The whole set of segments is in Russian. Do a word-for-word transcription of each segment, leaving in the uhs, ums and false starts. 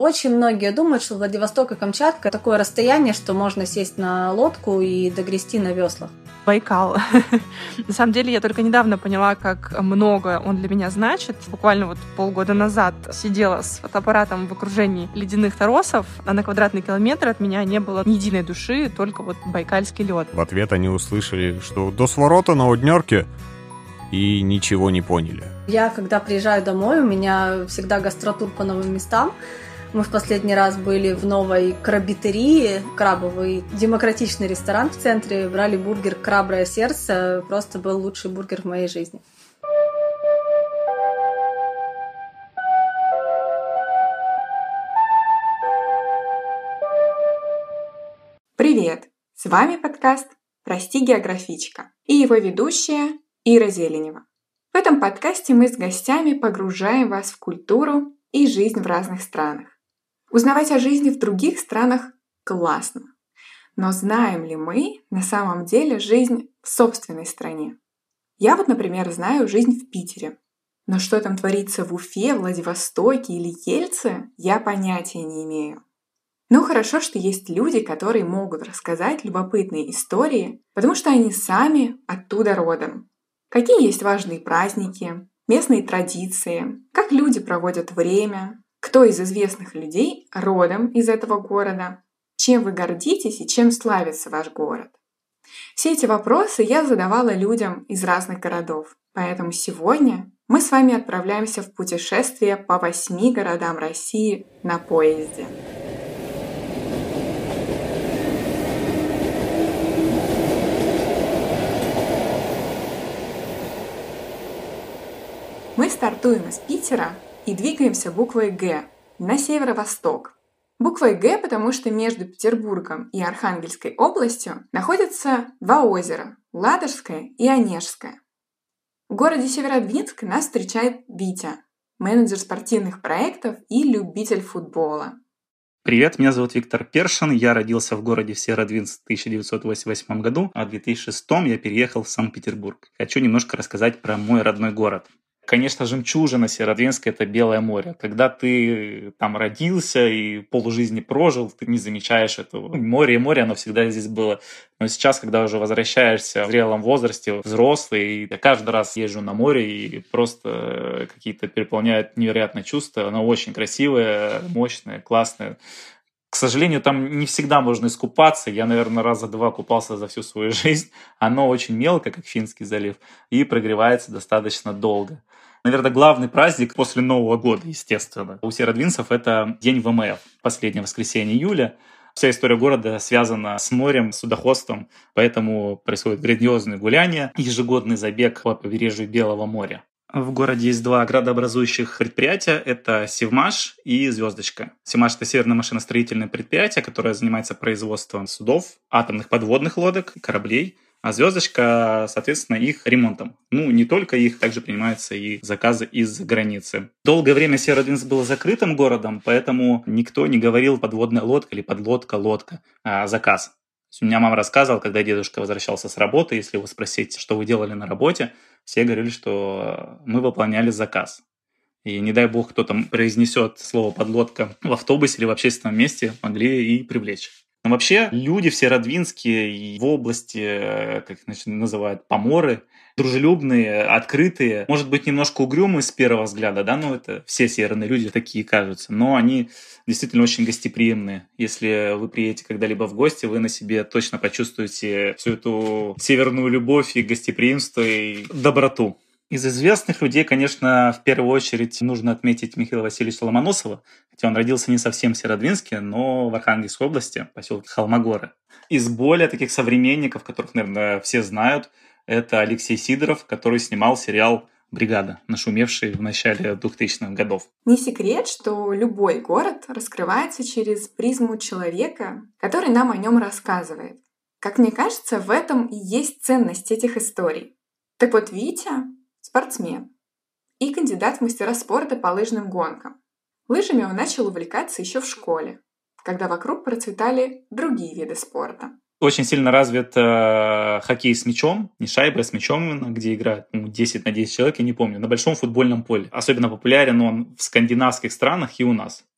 Очень многие думают, что Владивосток и Камчатка такое расстояние, что можно сесть на лодку и догрести на веслах. Байкал. На самом деле, я только недавно поняла, как много он для меня значит. Буквально вот полгода назад сидела с фотоаппаратом в окружении ледяных торосов, а на квадратный километр от меня не было ни единой души, только вот байкальский лед. В ответ они услышали, что до сворота на Однёрке, и ничего не поняли. Я, когда приезжаю домой, у меня всегда гастротур по новым местам. Мы в последний раз были в новой крабитерии, крабовый демократичный ресторан в центре, брали бургер «Краброе сердце», просто был лучший бургер в моей жизни. Привет! С вами подкаст «Прости, географичка» и его ведущая Ира Зеленева. В этом подкасте мы с гостями погружаем вас в культуру и жизнь в разных странах. Узнавать о жизни в других странах классно. Но знаем ли мы на самом деле жизнь в собственной стране? Я вот, например, знаю жизнь в Питере. Но что там творится в Уфе, Владивостоке или Ельце, я понятия не имею. Ну хорошо, что есть люди, которые могут рассказать любопытные истории, потому что они сами оттуда родом. Какие есть важные праздники, местные традиции, как люди проводят время, кто из известных людей родом из этого города, чем вы гордитесь и чем славится ваш город. Все эти вопросы я задавала людям из разных городов, поэтому сегодня мы с вами отправляемся в путешествие по восьми городам России на поезде. Мы стартуем из Питера и двигаемся буквой «Г» на северо-восток. Буквой «Г», потому что между Петербургом и Архангельской областью находятся два озера – Ладожское и Онежское. В городе Северодвинск нас встречает Витя, менеджер спортивных проектов и любитель футбола. Привет, меня зовут Виктор Першин, я родился в городе Северодвинск в тысяча девятьсот восемьдесят восьмом году, а в две тысячи шестом я переехал в Санкт-Петербург. Хочу немножко рассказать про мой родной город. Конечно, жемчужина Северодвинска – это Белое море. Когда ты там родился и полжизни прожил, ты не замечаешь этого. Море и море, оно всегда здесь было. Но сейчас, когда уже возвращаешься в зрелом возрасте, взрослый, я каждый раз езжу на море и просто какие-то переполняют невероятные чувства. Оно очень красивое, мощное, классное. К сожалению, там не всегда можно искупаться. Я, наверное, раза два купался за всю свою жизнь. Оно очень мелко, как Финский залив, и прогревается достаточно долго. Наверное, главный праздник после Нового года, естественно, у северодвинцев – это День вэ эм эф, последнее воскресенье июля. Вся история города связана с морем, с судоходством, поэтому происходит грандиозное гуляние, ежегодный забег по побережью Белого моря. В городе есть два градообразующих предприятия. Это «Севмаш» и «Звездочка». «Севмаш» — это северное машиностроительное предприятие, которое занимается производством судов, атомных подводных лодок, кораблей. А «Звездочка», соответственно, их ремонтом. Ну, не только их, также принимаются и заказы из-за границы. Долгое время Северодвинск был закрытым городом, поэтому никто не говорил «подводная лодка» или «подлодка-лодка», а «заказ». У меня мама рассказывала, когда дедушка возвращался с работы, если его спросить, что вы делали на работе, все говорили, что мы выполняли заказ. И не дай бог, кто там произнесет слово «подлодка» в автобусе или в общественном месте, могли и привлечь. Но вообще люди в Северодвинске и в области, как их называют, поморы, дружелюбные, открытые, может быть, немножко угрюмые с первого взгляда, да, ну это все северные люди такие кажутся, но они действительно очень гостеприимные. Если вы приедете когда-либо в гости, вы на себе точно почувствуете всю эту северную любовь и гостеприимство и доброту. Из известных людей, конечно, в первую очередь нужно отметить Михаила Васильевича Ломоносова, хотя он родился не совсем в Северодвинске, но в Архангельской области, поселке Холмогоры. Из более таких современников, которых, наверное, все знают, это Алексей Сидоров, который снимал сериал «Бригада», нашумевший в начале двухтысячных годов. Не секрет, что любой город раскрывается через призму человека, который нам о нем рассказывает. Как мне кажется, в этом и есть ценность этих историй. Так вот, Витя — спортсмен и кандидат в мастера спорта по лыжным гонкам. Лыжами он начал увлекаться еще в школе, когда вокруг процветали другие виды спорта. Очень сильно развит э, хоккей с мячом, не шайбой, а с мячом именно, где играют ну, десять на десять человек, я не помню, на большом футбольном поле. Особенно популярен он в скандинавских странах и у нас.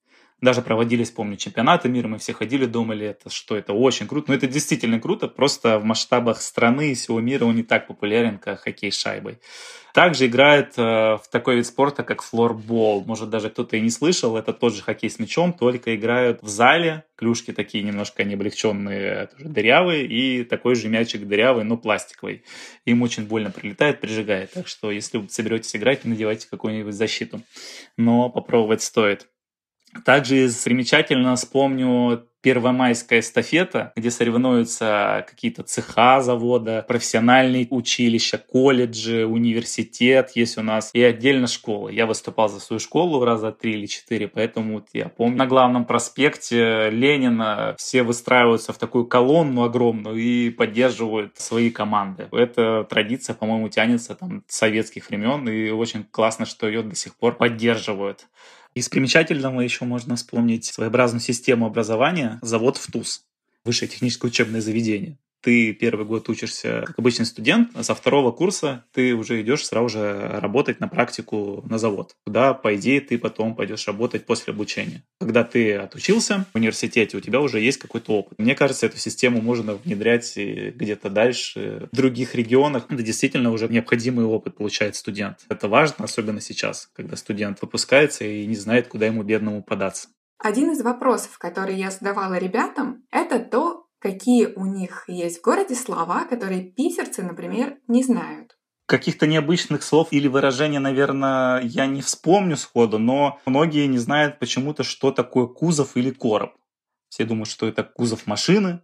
Даже проводились, помню, чемпионаты мира, мы все ходили, думали, это что, это очень круто. Но это действительно круто, просто в масштабах страны и всего мира он не так популярен, как хоккей с шайбой. Также играет э, в такой вид спорта, как флорбол. Может, даже кто-то и не слышал, это тот же хоккей с мячом, только играют в зале. Клюшки такие немножко не облегченные, тоже дырявые, и такой же мячик дырявый, но пластиковый. Им очень больно прилетает, прижигает. Так что, если вы соберетесь играть, надевайте какую-нибудь защиту. Но попробовать стоит. Также из примечательно вспомню первомайская эстафета, где соревнуются какие-то цеха завода, профессиональные училища, колледжи, университет есть у нас и отдельно школы. Я выступал за свою школу раза три или четыре, поэтому вот я помню, на главном проспекте Ленина все выстраиваются в такую колонну огромную и поддерживают свои команды. Эта традиция, по-моему, тянется там с советских времен, и очень классно, что ее до сих пор поддерживают. Из примечательного еще можно вспомнить своеобразную систему образования «Завод ВТУЗ» – высшее техническое учебное заведение. Ты первый год учишься как обычный студент, а со второго курса ты уже идешь сразу же работать на практику на завод, куда, по идее, ты потом пойдешь работать после обучения. Когда ты отучился в университете, у тебя уже есть какой-то опыт. Мне кажется, эту систему можно внедрять где-то дальше, в других регионах. Это действительно уже необходимый опыт получает студент. Это важно, особенно сейчас, когда студент выпускается и не знает, куда ему бедному податься. Один из вопросов, который я задавала ребятам, это то, какие у них есть в городе слова, которые питерцы, например, не знают. Каких-то необычных слов или выражений, наверное, я не вспомню сходу, но многие не знают почему-то, что такое кузов или короб. Все думают, что это кузов машины,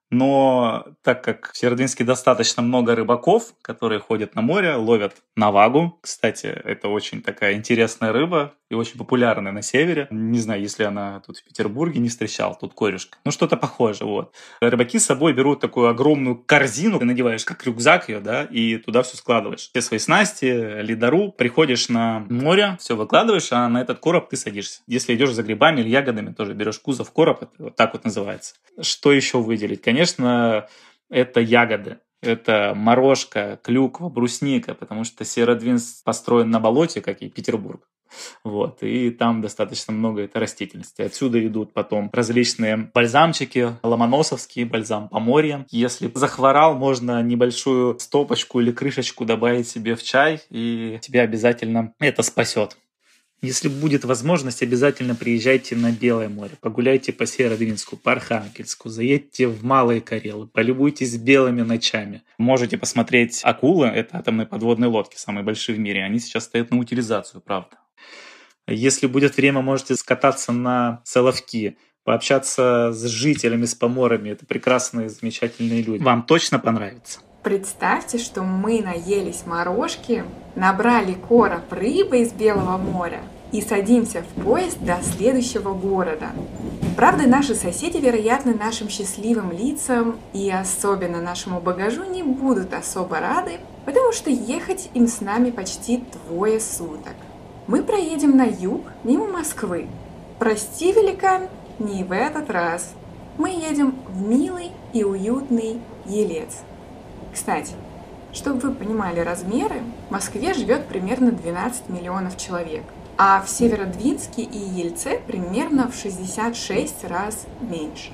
но так как в Северодвинске достаточно много рыбаков, которые ходят на море, ловят навагу. Кстати, это очень такая интересная рыба и очень популярная на севере. Не знаю, если она тут в Петербурге не встречал, тут корюшка. Ну, что-то похожее, вот. Рыбаки с собой берут такую огромную корзину, ты надеваешь как рюкзак ее, да, и туда все складываешь. Все свои снасти, ледоруб, приходишь на море, все выкладываешь, а на этот короб ты садишься. Если идешь за грибами или ягодами, тоже берешь кузов короб, это вот так вот называется. Что еще выделить? Конечно, это ягоды. Это морожка, клюква, брусника, потому что Северодвинск построен на болоте, как и Петербург. Вот, и там достаточно много этой растительности. Отсюда идут потом различные бальзамчики, ломоносовский бальзам Поморье. Если захворал, можно небольшую стопочку или крышечку добавить себе в чай, и тебя обязательно это спасет. Если будет возможность, обязательно приезжайте на Белое море, погуляйте по Северодвинску, по Архангельску, заедьте в Малые Карелы, полюбуйтесь белыми ночами. Можете посмотреть акулы, это атомные подводные лодки, самые большие в мире. Они сейчас стоят на утилизацию, правда. Если будет время, можете скататься на Соловки, пообщаться с жителями, с поморами. Это прекрасные, замечательные люди. Вам точно понравится. Представьте, что мы наелись морожки, набрали короб рыбы из Белого моря и садимся в поезд до следующего города. Правда, наши соседи, вероятно, нашим счастливым лицам и особенно нашему багажу не будут особо рады, потому что ехать им с нами почти двое суток. Мы проедем на юг, мимо Москвы. Прости, великан, не в этот раз. Мы едем в милый и уютный Елец. Кстати, чтобы вы понимали размеры, в Москве живет примерно двенадцать миллионов человек, а в Северодвинске и Ельце примерно в шестьдесят шесть раз меньше.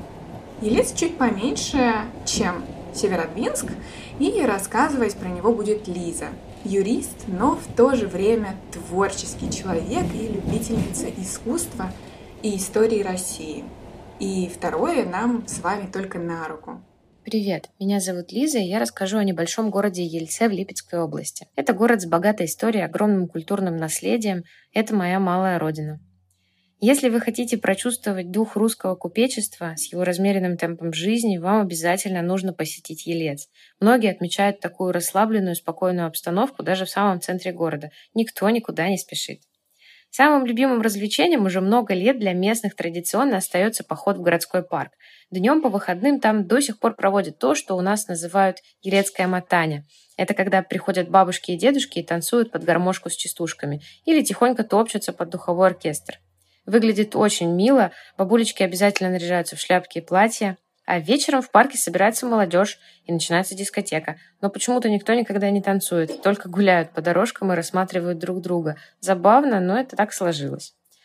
Елец чуть поменьше, чем Северодвинск, и рассказывать про него будет Лиза. Юрист, но в то же время творческий человек и любительница искусства и истории России. И второе нам с вами только на руку. Привет, меня зовут Лиза, и я расскажу о небольшом городе Ельце в Липецкой области. Это город с богатой историей, огромным культурным наследием. Это моя малая родина. Если вы хотите прочувствовать дух русского купечества с его размеренным темпом жизни, вам обязательно нужно посетить Елец. Многие отмечают такую расслабленную, спокойную обстановку даже в самом центре города. Никто никуда не спешит. Самым любимым развлечением уже много лет для местных традиционно остается поход в городской парк. Днем по выходным там до сих пор проводят то, что у нас называют елецкое мотание. Это когда приходят бабушки и дедушки и танцуют под гармошку с частушками или тихонько топчутся под духовой оркестр. Выглядит очень мило, бабулечки обязательно наряжаются в шляпки и платья, а вечером в парке собирается молодежь и начинается дискотека. Но почему-то никто никогда не танцует, только гуляют по дорожкам и рассматривают друг друга. Забавно, но это так сложилось.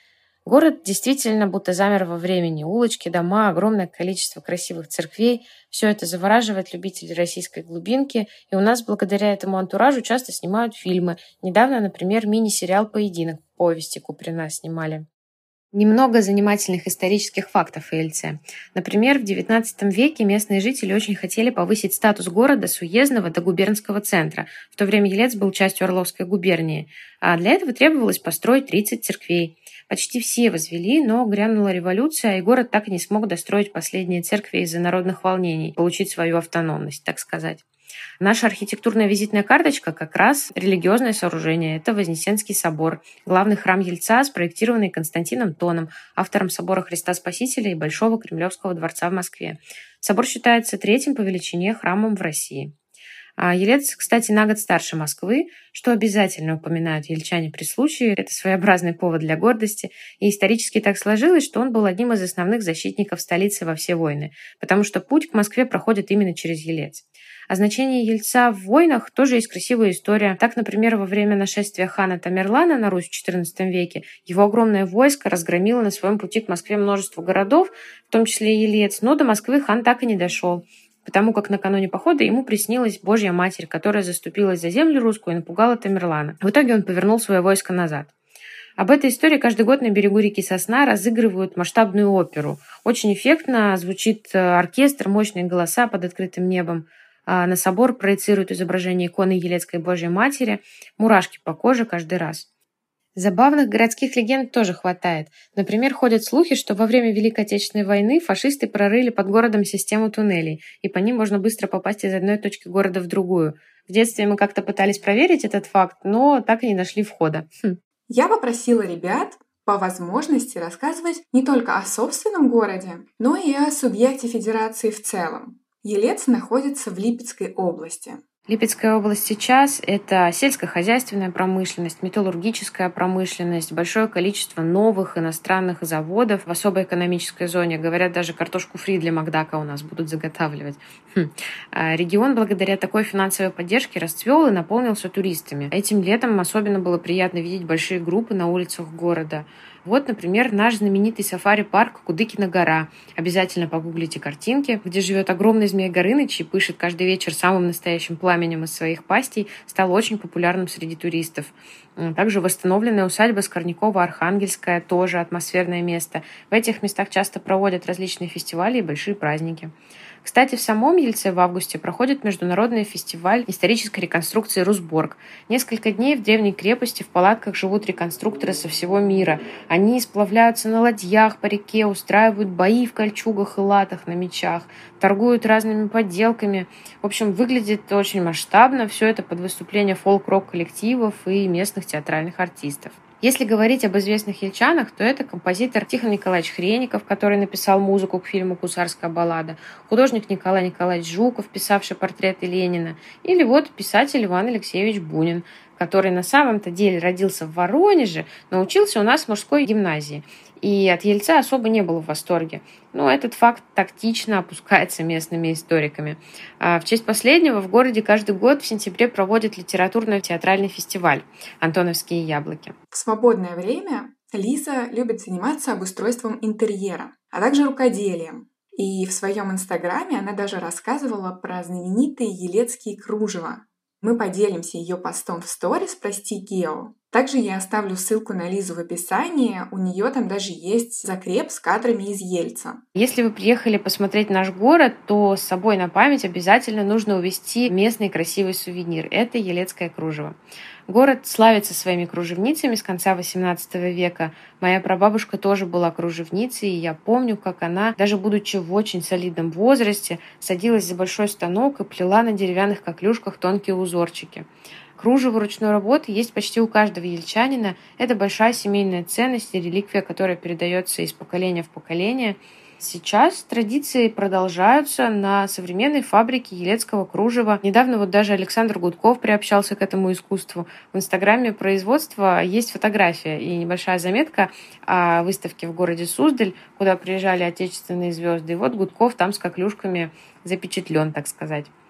Город действительно будто замер во времени. Улочки, дома, огромное количество красивых церквей. Все это завораживает любителей российской глубинки. И у нас благодаря этому антуражу часто снимают фильмы. Недавно, например, мини-сериал «Поединок» по повести Куприна снимали. Немного занимательных исторических фактов о Ельце. Например, в девятнадцатом веке местные жители очень хотели повысить статус города с уездного до губернского центра. В то время Елец был частью Орловской губернии. А для этого требовалось построить тридцать церквей. Почти все возвели, но грянула революция, и город так и не смог достроить последние церкви из-за народных волнений, получить свою автономность, так сказать. Наша архитектурная визитная карточка как раз религиозное сооружение. Это Вознесенский собор, главный храм Ельца, спроектированный Константином Тоном, автором собора Христа Спасителя и Большого Кремлевского дворца в Москве. Собор считается третьим по величине храмом в России. А Елец, кстати, на год старше Москвы, что обязательно упоминают ельчане при случае. Это своеобразный повод для гордости. И исторически так сложилось, что он был одним из основных защитников столицы во все войны, потому что путь к Москве проходит именно через Елец. О значении Ельца в войнах тоже есть красивая история. Так, например, во время нашествия хана Тамерлана на Русь в четырнадцатом веке его огромное войско разгромило на своем пути к Москве множество городов, в том числе и Елец, но до Москвы хан так и не дошел, потому как накануне похода ему приснилась Божья Матерь, которая заступилась за землю русскую и напугала Тамерлана. В итоге он повернул свое войско назад. Об этой истории каждый год на берегу реки Сосна разыгрывают масштабную оперу. Очень эффектно звучит оркестр, мощные голоса под открытым небом. На собор проецируют изображение иконы Елецкой Божьей Матери. Мурашки по коже каждый раз. Забавных городских легенд тоже хватает. Например, ходят слухи, что во время Великой Отечественной войны фашисты прорыли под городом систему туннелей, и по ним можно быстро попасть из одной точки города в другую. В детстве мы как-то пытались проверить этот факт, но так и не нашли входа. Хм. Я попросила ребят по возможности рассказывать не только о собственном городе, но и о субъекте Федерации в целом. Елец находится в Липецкой области. Липецкая область сейчас – это сельскохозяйственная промышленность, металлургическая промышленность, большое количество новых иностранных заводов в особой экономической зоне. Говорят, даже картошку фри для Макдака у нас будут заготавливать. Хм. Регион благодаря такой финансовой поддержке расцвел и наполнился туристами. Этим летом особенно было приятно видеть большие группы на улицах города. Вот, например, наш знаменитый сафари-парк Кудыкина гора. Обязательно погуглите картинки, где живет огромный Змей Горыныч и пышет каждый вечер самым настоящим пламенем из своих пастей, стал очень популярным среди туристов. Также восстановленная усадьба Скорнякова-Архангельская, тоже атмосферное место. В этих местах часто проводят различные фестивали и большие праздники. Кстати, в самом Ельце в августе проходит международный фестиваль исторической реконструкции «Русборг». Несколько дней в древней крепости в палатках живут реконструкторы со всего мира. Они сплавляются на ладьях по реке, устраивают бои в кольчугах и латах на мечах, торгуют разными подделками. В общем, выглядит очень масштабно. Все это под выступление фолк-рок коллективов и местных театральных артистов. Если говорить об известных ельчанах, то это композитор Тихон Николаевич Хренников, который написал музыку к фильму «Гусарская баллада», художник Николай Николаевич Жуков, писавший портреты Ленина, или вот писатель Иван Алексеевич Бунин, который на самом-то деле родился в Воронеже, но учился у нас в мужской гимназии. И от Ельца особо не был в восторге. Но этот факт тактично опускается местными историками. В честь последнего в городе каждый год в сентябре проводят литературно-театральный фестиваль «Антоновские яблоки». В свободное время Лиза любит заниматься обустройством интерьера, а также рукоделием. И в своем инстаграме она даже рассказывала про знаменитые елецкие кружева. Мы поделимся ее постом в сторис «Прости, Гео». Также я оставлю ссылку на Лизу в описании. У нее там даже есть закреп с кадрами из Ельца. Если вы приехали посмотреть наш город, то с собой на память обязательно нужно увезти местный красивый сувенир. Это елецкое кружево. Город славится своими кружевницами с конца восемнадцатого века. Моя прабабушка тоже была кружевницей, и я помню, как она, даже будучи в очень солидном возрасте, садилась за большой станок и плела на деревянных коклюшках тонкие узорчики. Кружево ручной работы есть почти у каждого ельчанина. Это большая семейная ценность и реликвия, которая передается из поколения в поколение. Сейчас традиции продолжаются на современной фабрике елецкого кружева. Недавно вот даже Александр Гудков приобщался к этому искусству. В инстаграме производства есть фотография и небольшая заметка о выставке в городе Суздаль, куда приезжали отечественные звезды. И вот Гудков там с коклюшками запечатлен, так сказать.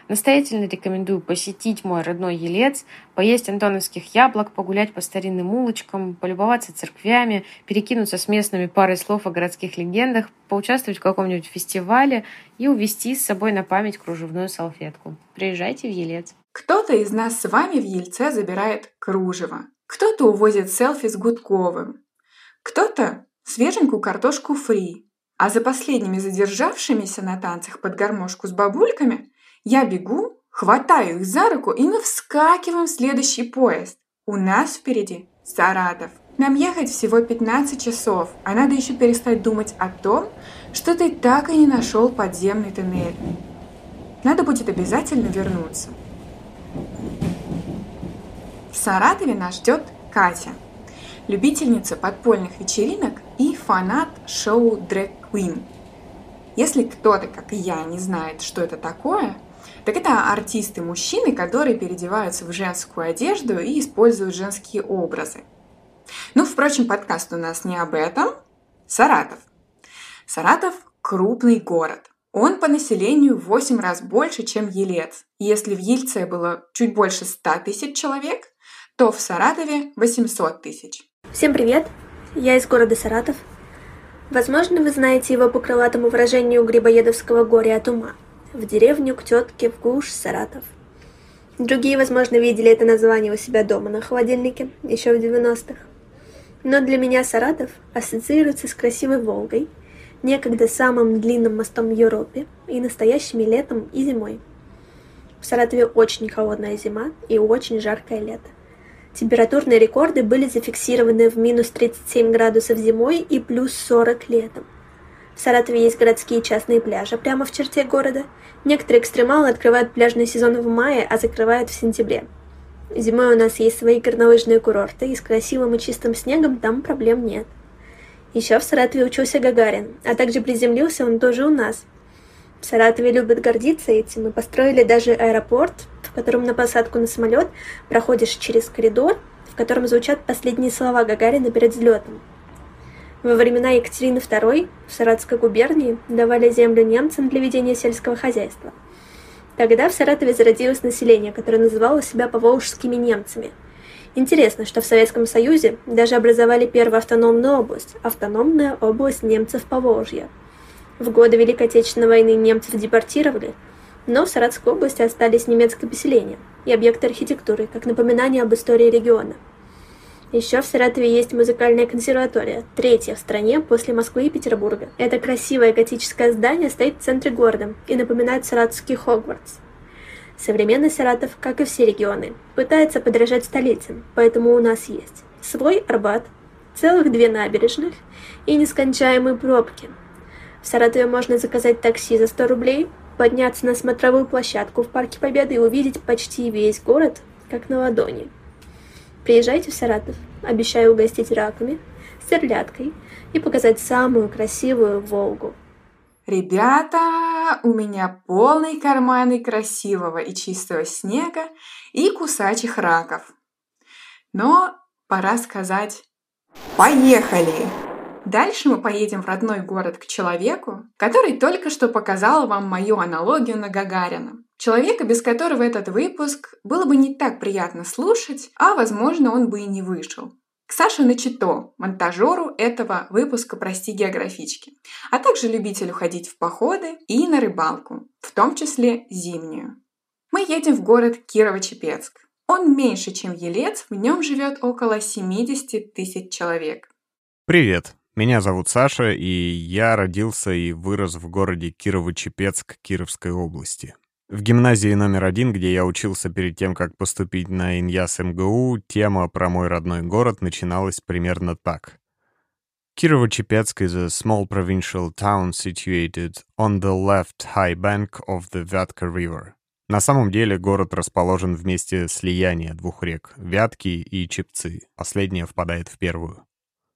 Настоятельно рекомендую посетить мой родной Елец, поесть антоновских яблок, погулять по старинным улочкам, полюбоваться церквями, перекинуться с местными парой слов о городских легендах, поучаствовать в каком-нибудь фестивале и увезти с собой на память кружевную салфетку. Приезжайте в Елец. Кто-то из нас с вами в Ельце забирает кружево, кто-то увозит селфи с Гудковым, кто-то свеженькую картошку фри, а за последними задержавшимися на танцах под гармошку с бабульками я бегу, хватаю их за руку, и мы вскакиваем в следующий поезд. У нас впереди Саратов. Нам ехать всего пятнадцать часов, а надо еще перестать думать о том, что ты так и не нашел подземный туннель. Надо будет обязательно вернуться. В Саратове нас ждет Катя, любительница подпольных вечеринок и фанат шоу Drag Queen. Если кто-то, как и я, не знает, что это такое, так это артисты-мужчины, которые переодеваются в женскую одежду и используют женские образы. Ну, впрочем, подкаст у нас не об этом. Саратов. Саратов – крупный город. Он по населению в восемь раз больше, чем Елец. Если в Ельце было чуть больше ста тысяч человек, то в Саратове восемьсот тысяч. Всем привет! Я из города Саратов. Возможно, вы знаете его по крылатому выражению грибоедовского горя от ума. В деревню, к тетке, в глушь, Саратов. Другие, возможно, видели это название у себя дома на холодильнике, еще в девяностых. Но для меня Саратов ассоциируется с красивой Волгой, некогда самым длинным мостом в Европе, и настоящими летом и зимой. В Саратове очень холодная зима и очень жаркое лето. Температурные рекорды были зафиксированы в минус тридцать семь градусов зимой и плюс сорок летом. В Саратове есть городские частные пляжи прямо в черте города. Некоторые экстремалы открывают пляжный сезон в мае, а закрывают в сентябре. Зимой у нас есть свои горнолыжные курорты, и с красивым и чистым снегом там проблем нет. Еще в Саратове учился Гагарин, а также приземлился он тоже у нас. В Саратове любят гордиться этим и построили даже аэропорт, в котором на посадку на самолет проходишь через коридор, в котором звучат последние слова Гагарина перед взлетом. Во времена Екатерины второй в Саратовской губернии давали землю немцам для ведения сельского хозяйства. Тогда в Саратове зародилось население, которое называло себя поволжскими немцами. Интересно, что в Советском Союзе даже образовали первую автономную область – автономная область немцев Поволжья. В годы Великой Отечественной войны немцев депортировали, но в Саратовской области остались немецкие поселения и объекты архитектуры, как напоминание об истории региона. Еще в Саратове есть музыкальная консерватория, третья в стране после Москвы и Петербурга. Это красивое готическое здание стоит в центре города и напоминает саратовский Хогвартс. Современный Саратов, как и все регионы, пытается подражать столице, поэтому у нас есть свой Арбат, целых две набережных и нескончаемые пробки. В Саратове можно заказать такси за сто рублей, подняться на смотровую площадку в Парке Победы и увидеть почти весь город, как на ладони. Приезжайте в Саратов, обещаю угостить раками, стерляткой и показать самую красивую Волгу. Ребята, у меня полные карманы красивого и чистого снега и кусачих раков. Но пора сказать «Поехали!». Дальше мы поедем в родной город к человеку, который только что показал вам мою аналогию на Гагарина. Человека, без которого этот выпуск было бы не так приятно слушать, а, возможно, он бы и не вышел. К Саше Начито, монтажеру этого выпуска «Прости, географички», а также любителю ходить в походы и на рыбалку, в том числе зимнюю. Мы едем в город Кирово-Чепецк. Он меньше, чем Елец, в нем живет около семьдесят тысяч человек. Привет, меня зовут Саша, и я родился и вырос в городе Кирово-Чепецк Кировской области. В гимназии номер один, где я учился перед тем, как поступить на ИНЯС МГУ, тема про мой родной город начиналась примерно так. Кирово-Чепецк is a small provincial town situated on the left high bank of the Vyatka River. На самом деле город расположен в месте слияния двух рек — Вятки и Чепцы. Последняя впадает в первую.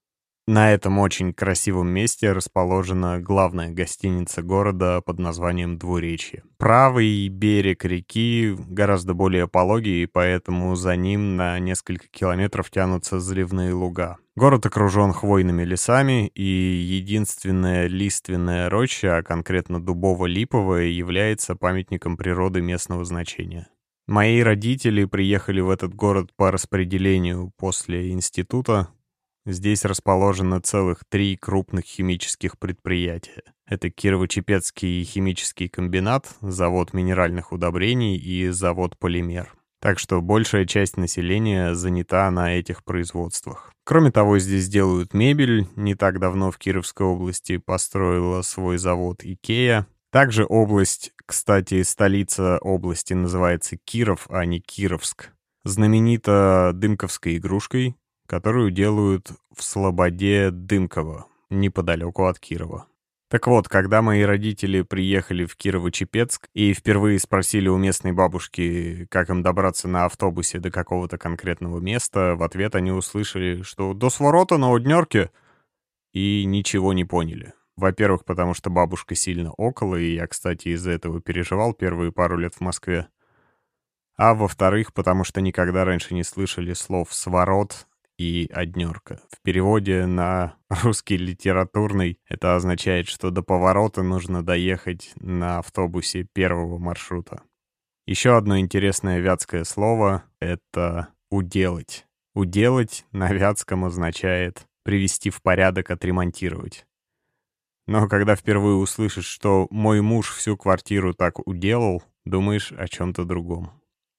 На этом очень красивом месте расположена главная гостиница города под названием Двуречье. Правый берег реки гораздо более пологий, и поэтому за ним на несколько километров тянутся заливные луга. Город окружен хвойными лесами, и единственная лиственная роща, а конкретно дубово-липовая, является памятником природы местного значения. Мои родители приехали в этот город по распределению после института. Здесь расположено целых три крупных химических предприятия. Это Кирово-Чепецкий химический комбинат, завод минеральных удобрений и завод «Полимер». Так что большая часть населения занята на этих производствах. Кроме того, здесь делают мебель. Не так давно в Кировской области построила свой завод «Икея». Также область, кстати, столица области называется Киров, а не Кировск. Знаменита дымковской игрушкой, которую делают в Слободе Дымково, неподалеку от Кирова. Так вот, когда мои родители приехали в Кирово-Чепецк и впервые спросили у местной бабушки, как им добраться на автобусе до какого-то конкретного места, в ответ они услышали, что «до сворота на Однёрке», и ничего не поняли. Во-первых, потому что бабушка сильно около, и я, кстати, из-за этого переживал первые пару лет в Москве. А во-вторых, потому что никогда раньше не слышали слов «сворот» и «однёрка». В переводе на русский литературный это означает, что до поворота нужно доехать на автобусе первого маршрута. Еще одно интересное вятское слово — это «уделать». «Уделать» на вятском означает «привести в порядок, отремонтировать». Но когда впервые услышишь, что «мой муж всю квартиру так уделал», думаешь о чем-то другом.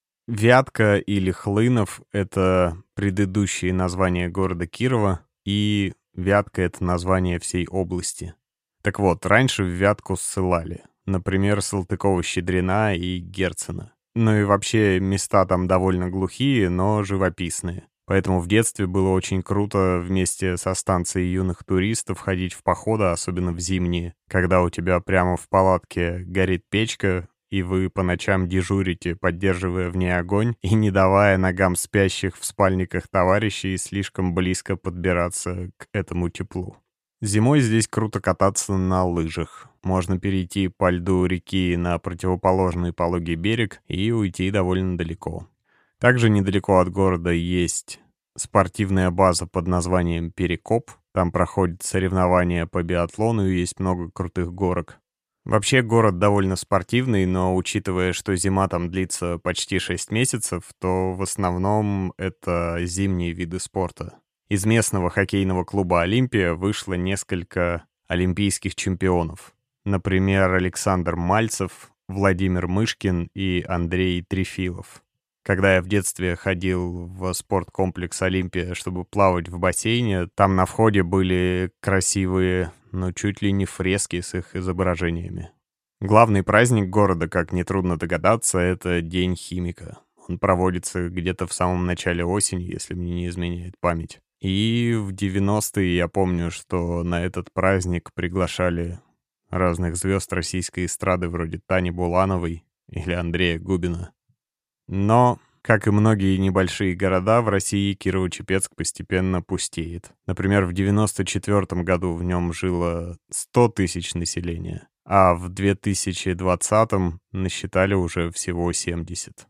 Вятка или Хлынов — это предыдущие названия города Кирова, и Вятка — это название всей области. Так вот, раньше в Вятку ссылали, например, Салтыкова-Щедрина и Герцена. Ну и вообще места там довольно глухие, но живописные. Поэтому в детстве было очень круто вместе со станцией юных туристов ходить в походы, особенно в зимние, когда у тебя прямо в палатке горит печка, и вы по ночам дежурите, поддерживая в ней огонь и не давая ногам спящих в спальниках товарищей слишком близко подбираться к этому теплу. Зимой здесь круто кататься на лыжах. Можно перейти по льду реки на противоположный пологий берег и уйти довольно далеко. Также недалеко от города есть спортивная база под названием «Перекоп». Там проходят соревнования по биатлону и есть много крутых горок. Вообще город довольно спортивный, но учитывая, что зима там длится почти шесть месяцев, то в основном это зимние виды спорта. Из местного хоккейного клуба «Олимпия» вышло несколько олимпийских чемпионов. Например, Александр Мальцев, Владимир Мышкин и Андрей Трефилов. Когда я в детстве ходил в спорткомплекс «Олимпия», чтобы плавать в бассейне, там на входе были красивые, но чуть ли не фрески с их изображениями. Главный праздник города, как нетрудно догадаться, это День химика. Он проводится где-то в самом начале осени, если мне не изменяет память. И в девяностые я помню, что на этот праздник приглашали разных звезд российской эстрады вроде Тани Булановой или Андрея Губина. Но, как и многие небольшие города, в России Кирово-Чепецк постепенно пустеет. Например, в девяносто четвёртом году в нем жило сто тысяч населения, а в две тысячи двадцатом насчитали уже всего семьдесят.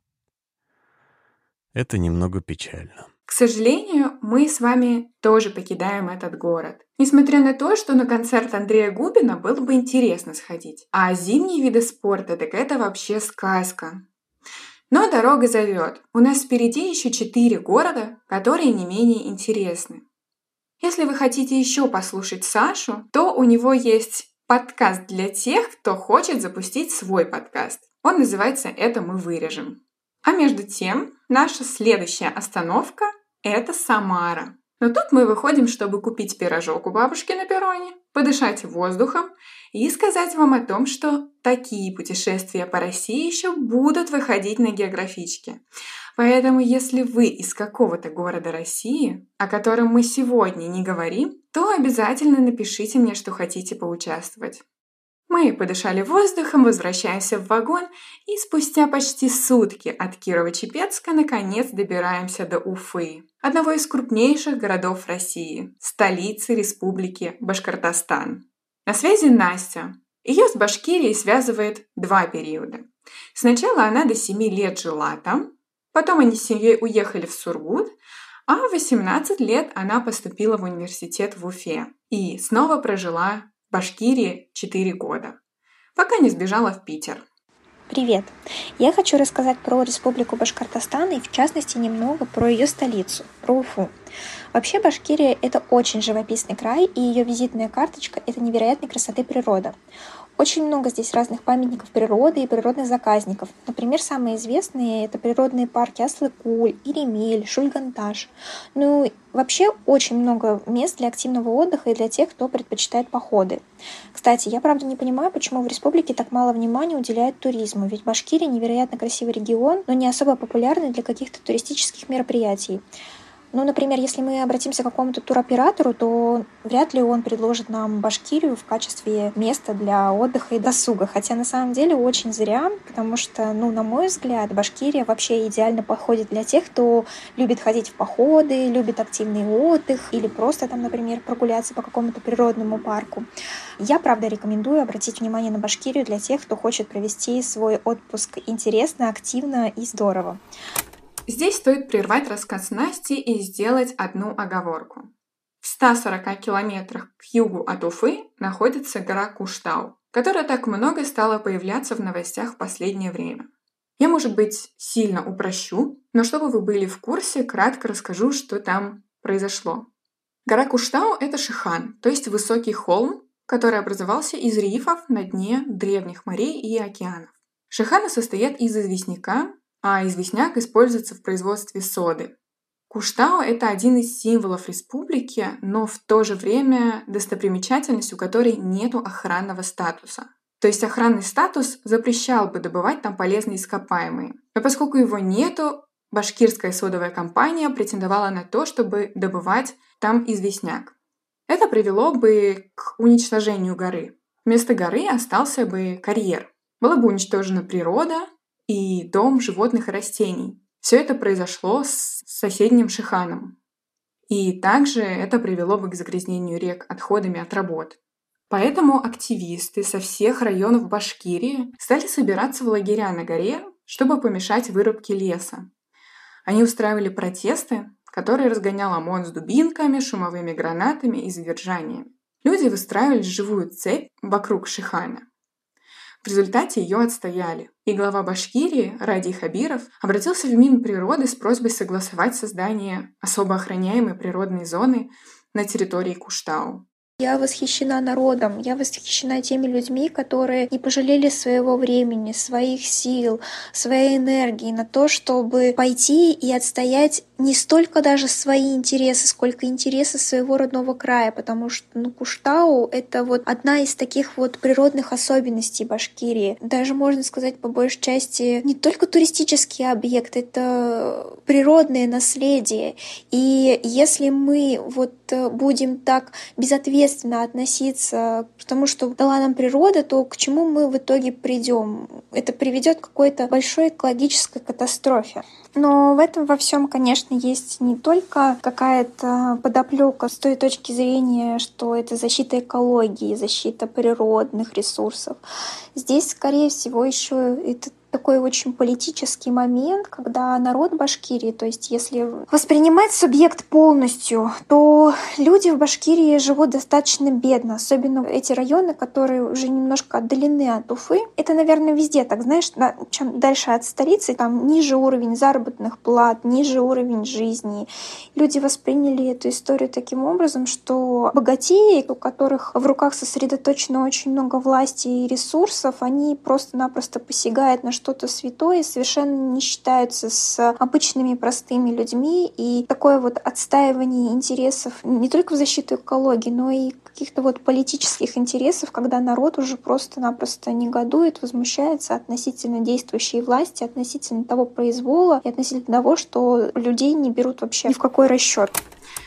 Это немного печально. К сожалению, мы с вами тоже покидаем этот город. Несмотря на то, что на концерт Андрея Губина было бы интересно сходить. А зимние виды спорта, так это вообще сказка. Но дорога зовет. У нас впереди еще четыре города, которые не менее интересны. Если вы хотите еще послушать Сашу, то у него есть подкаст для тех, кто хочет запустить свой подкаст. Он называется «Это мы вырежем». А между тем, наша следующая остановка – это Самара. Но тут мы выходим, чтобы купить пирожок у бабушки на перроне, подышать воздухом и сказать вам о том, что такие путешествия по России еще будут выходить на географичке. Поэтому, если вы из какого-то города России, о котором мы сегодня не говорим, то обязательно напишите мне, что хотите поучаствовать. Мы подышали воздухом, возвращаемся в вагон, и спустя почти сутки от Кирово-Чепецка наконец добираемся до Уфы, одного из крупнейших городов России, столицы Республики Башкортостан. На связи Настя. Ее с Башкирией связывает два периода. Сначала она до семи лет жила там, потом они с семьей уехали в Сургут, а в восемнадцать лет она поступила в университет в Уфе и снова прожила в Башкирии четыре года, пока не сбежала в Питер. Привет! Я хочу рассказать про Республику Башкортостан и, в частности, немного про ее столицу, про Уфу. Вообще, Башкирия — это очень живописный край, и ее визитная карточка — это невероятной красоты природа. Очень много здесь разных памятников природы и природных заказников. Например, самые известные — это природные парки Аслыкуль, Иремель, Шульганташ. Ну, и вообще очень много мест для активного отдыха и для тех, кто предпочитает походы. Кстати, я правда не понимаю, почему в республике так мало внимания уделяют туризму, ведь Башкирия невероятно красивый регион, но не особо популярный для каких-то туристических мероприятий. Ну, например, если мы обратимся к какому-то туроператору, то вряд ли он предложит нам Башкирию в качестве места для отдыха и досуга. Хотя на самом деле очень зря, потому что, ну, на мой взгляд, Башкирия вообще идеально подходит для тех, кто любит ходить в походы, любит активный отдых или просто там, например, прогуляться по какому-то природному парку. Я, правда, рекомендую обратить внимание на Башкирию для тех, кто хочет провести свой отпуск интересно, активно и здорово. Здесь стоит прервать рассказ Насти и сделать одну оговорку. В ста сорока километрах к югу от Уфы находится гора Куштау, которая так много стала появляться в новостях в последнее время. Я, может быть, сильно упрощу, но чтобы вы были в курсе, кратко расскажу, что там произошло. Гора Куштау — это Шихан, то есть высокий холм, который образовался из рифов на дне древних морей и океанов. Шиханы состоят из известняка, а известняк используется в производстве соды. Куштау — это один из символов республики, но в то же время достопримечательность, у которой нет охранного статуса. То есть охранный статус запрещал бы добывать там полезные ископаемые. Но поскольку его нету, башкирская содовая компания претендовала на то, чтобы добывать там известняк. Это привело бы к уничтожению горы. Вместо горы остался бы карьер. Была бы уничтожена природа и дом животных и растений. Все это произошло с соседним Шиханом. И также это привело бы к загрязнению рек отходами от работ. Поэтому активисты со всех районов Башкирии стали собираться в лагеря на горе, чтобы помешать вырубке леса. Они устраивали протесты, которые разгонял ОМОН с дубинками, шумовыми гранатами и задержаниями. Люди выстраивали живую цепь вокруг Шихана. В результате ее отстояли, и глава Башкирии Радий Хабиров обратился в Минприроды с просьбой согласовать создание особо охраняемой природной зоны на территории Куштау. Я восхищена народом, я восхищена теми людьми, которые не пожалели своего времени, своих сил, своей энергии на то, чтобы пойти и отстоять не столько даже свои интересы, сколько интересы своего родного края, потому что ну, Куштау — это вот одна из таких вот природных особенностей Башкирии. Даже, можно сказать, по большей части не только туристический объект, это природное наследие. И если мы вот будем так безответственно относиться к тому, что дала нам природа, то к чему мы в итоге придем? Это приведет к какой-то большой экологической катастрофе. Но в этом во всем, конечно, есть не только какая-то подоплека с той точки зрения, что это защита экологии, защита природных ресурсов. Здесь, скорее всего, еще это такой очень политический момент, когда народ Башкирии, то есть если воспринимать субъект полностью, то люди в Башкирии живут достаточно бедно, особенно эти районы, которые уже немножко отдалены от Уфы. Это, наверное, везде так, знаешь, чем дальше от столицы, там ниже уровень заработных плат, ниже уровень жизни. Люди восприняли эту историю таким образом, что богатеи, у которых в руках сосредоточено очень много власти и ресурсов, они просто-напросто посягают на что-то святое, совершенно не считаются с обычными простыми людьми, и такое вот отстаивание интересов не только в защиту экологии, но и каких-то вот политических интересов, когда народ уже просто-напросто негодует, возмущается относительно действующей власти, относительно того произвола и относительно того, что людей не берут вообще ни в какой расчет.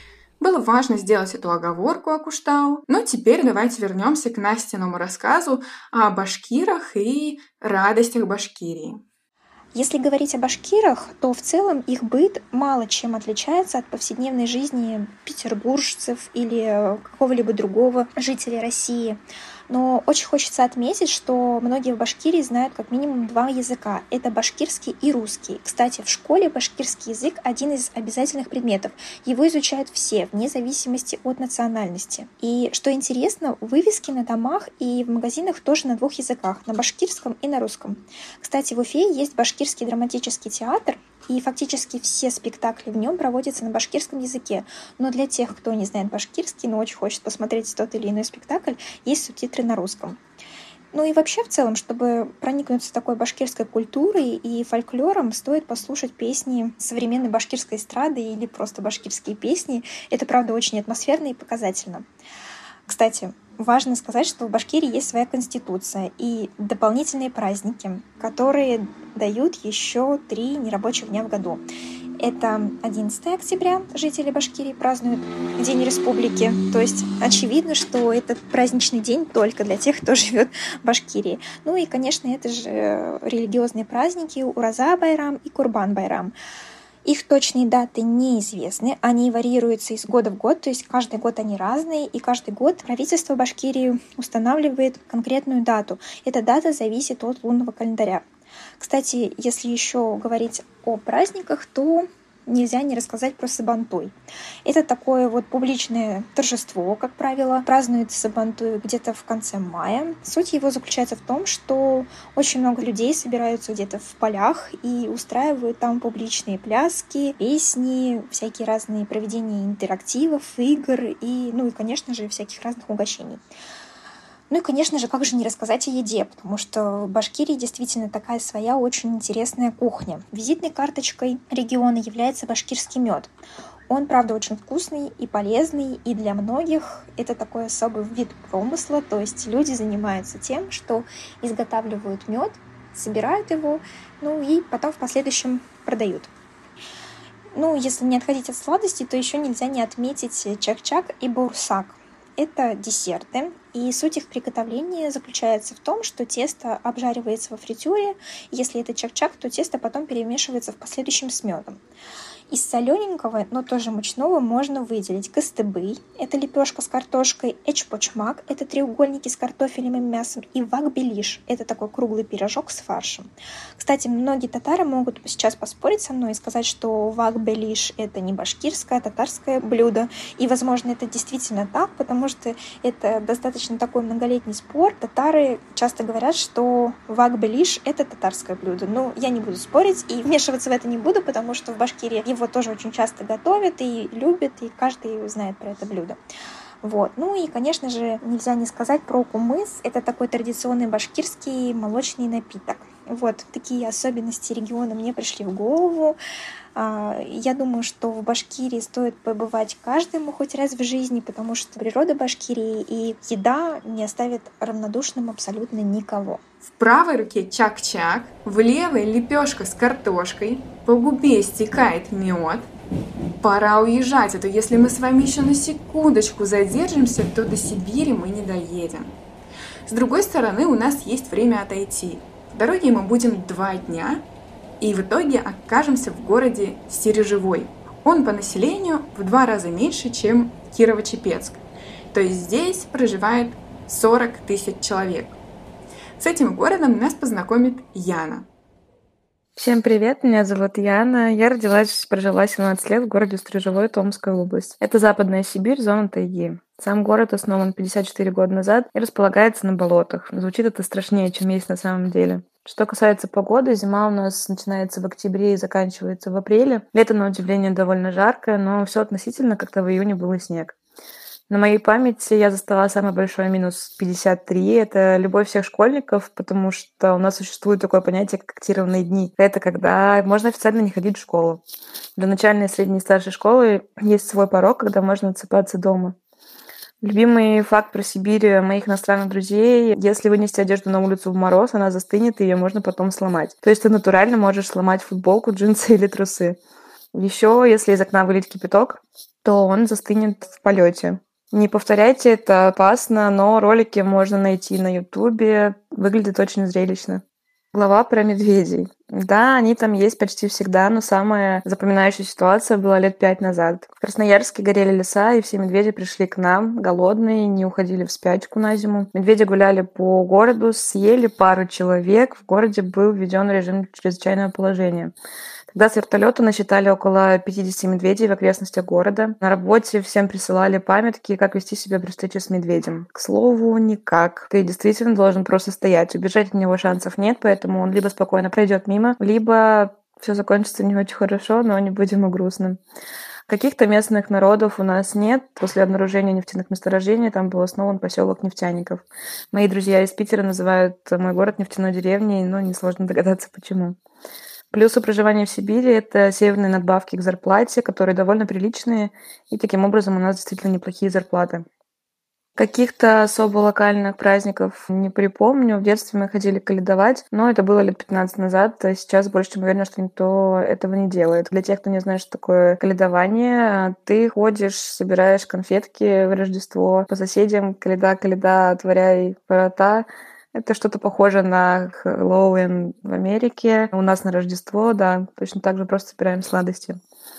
Было важно сделать эту оговорку о Куштау, но теперь давайте вернемся к Настиному рассказу о башкирах и радостях Башкирии. Если говорить о башкирах, то в целом их быт мало чем отличается от повседневной жизни петербуржцев или какого-либо другого жителя России. Но очень хочется отметить, что многие в Башкирии знают как минимум два языка. Это башкирский и русский. Кстати, в школе башкирский язык один из обязательных предметов. Его изучают все, вне зависимости от национальности. И что интересно, вывески на домах и в магазинах тоже на двух языках, на башкирском и на русском. Кстати, в Уфе есть башкирский драматический театр, и фактически все спектакли в нем проводятся на башкирском языке. Но для тех, кто не знает башкирский, но очень хочет посмотреть тот или иной спектакль, есть субтитры на русском. Ну и вообще в целом, чтобы проникнуться такой башкирской культурой и фольклором, стоит послушать песни современной башкирской эстрады или просто башкирские песни. Это, правда, очень атмосферно и показательно. Кстати, важно сказать, что в Башкирии есть своя конституция и дополнительные праздники, которые дают еще три нерабочих дня в году. Это одиннадцатого октября жители Башкирии празднуют День Республики. То есть очевидно, что этот праздничный день только для тех, кто живет в Башкирии. Ну и, конечно, это же религиозные праздники Ураза-Байрам и Курбан-Байрам. Их точные даты неизвестны, они варьируются из года в год, то есть каждый год они разные, и каждый год правительство Башкирии устанавливает конкретную дату. Эта дата зависит от лунного календаря. Кстати, если еще говорить о праздниках, то нельзя не рассказать про Сабантуй. Это такое вот публичное торжество, как правило, празднует Сабантуй где-то в конце мая. Суть его заключается в том, что очень много людей собираются где-то в полях и устраивают там публичные пляски, песни, всякие разные проведения интерактивов, игр и, ну и, конечно же, всяких разных угощений. Ну и, конечно же, как же не рассказать о еде, потому что в Башкирии действительно такая своя очень интересная кухня. Визитной карточкой региона является башкирский мед. Он, правда, очень вкусный и полезный, и для многих это такой особый вид промысла, то есть люди занимаются тем, что изготавливают мед, собирают его, ну и потом в последующем продают. Ну, если не отходить от сладостей, то еще нельзя не отметить чак-чак и баурсак. Это десерты, и суть их приготовления заключается в том, что тесто обжаривается во фритюре. Если это чак-чак, то тесто потом перемешивается в последующем с медом. Из солененького, но тоже мучного, можно выделить кыстыбый, это лепешка с картошкой, эчпочмак, это треугольники с картофелем и мясом, и вак-белиш, это такой круглый пирожок с фаршем. Кстати, многие татары могут сейчас поспорить со мной и сказать, что вак-белиш это не башкирское, а татарское блюдо. И, возможно, это действительно так, потому что это достаточно такой многолетний спор. Татары часто говорят, что вак-белиш это татарское блюдо. Но я не буду спорить и вмешиваться в это не буду, потому что в Башкирии его тоже очень часто готовят и любят, и каждый знает про это блюдо. Вот. Ну и, конечно же, нельзя не сказать про кумыс. Это такой традиционный башкирский молочный напиток. Вот такие особенности региона мне пришли в голову. Я думаю, что в Башкирии стоит побывать каждому хоть раз в жизни, потому что природа Башкирии и еда не оставят равнодушным абсолютно никого. В правой руке чак-чак, в левой лепешка с картошкой, по губе стекает мед. Пора уезжать, а то если мы с вами еще на секундочку задержимся, то до Сибири мы не доедем. С другой стороны, у нас есть время отойти. В дороге мы будем два дня, и в итоге окажемся в городе Стережевой. Он по населению в два раза меньше, чем Кирово-Чепецк. То есть здесь проживает сорок тысяч человек. С этим городом нас познакомит Яна. Всем привет, меня зовут Яна. Я родилась и прожила семнадцать лет в городе Стрижевой, Томская область. Это Западная Сибирь, зона тайги. Сам город основан пятьдесят четыре года назад и располагается на болотах. Звучит это страшнее, чем есть на самом деле. Что касается погоды, зима у нас начинается в октябре и заканчивается в апреле. Лето, на удивление, довольно жаркое, но все относительно, как-то в июне был и снег. На моей памяти я застала самый большой минус пятьдесят три. Это любовь всех школьников, потому что у нас существует такое понятие, как актированные дни. Это когда можно официально не ходить в школу. Для начальной, средней и старшей школы есть свой порог, когда можно отсыпаться дома. Любимый факт про Сибирь моих иностранных друзей: если вынести одежду на улицу в мороз, она застынет, и ее можно потом сломать. То есть ты натурально можешь сломать футболку, джинсы или трусы. Еще, если из окна вылить кипяток, то он застынет в полете. Не повторяйте, это опасно, но ролики можно найти на Ютубе. Выглядит очень зрелищно. Глава про медведей. Да, они там есть почти всегда, но самая запоминающая ситуация была лет пять назад. В Красноярске горели леса, и все медведи пришли к нам, голодные, не уходили в спячку на зиму. Медведи гуляли по городу, съели пару человек. В городе был введен режим чрезвычайного положения. Тогда с вертолета насчитали около пятьдесят медведей в окрестностях города. На работе всем присылали памятки, как вести себя при встрече с медведем. К слову, никак. Ты действительно должен просто стоять. Убежать от него шансов нет, поэтому он либо спокойно пройдет мимо, либо все закончится не очень хорошо, но не будем и грустным. Каких-то местных народов у нас нет. После обнаружения нефтяных месторождений там был основан поселок нефтяников. Мои друзья из Питера называют мой город нефтяной деревней, но несложно догадаться, почему. Плюсы проживания в Сибири — это северные надбавки к зарплате, которые довольно приличные, и таким образом у нас действительно неплохие зарплаты. Каких-то особо локальных праздников не припомню. В детстве мы ходили каледовать, но это было лет пятнадцать назад, а сейчас больше чем уверена, что никто этого не делает. Для тех, кто не знает, что такое каледование, ты ходишь, собираешь конфетки в Рождество по соседям, каледа, каледа, отворяй ворота. Это что-то похожее на Хэллоуин в Америке. У нас на Рождество, да, точно так же просто собираем сладости.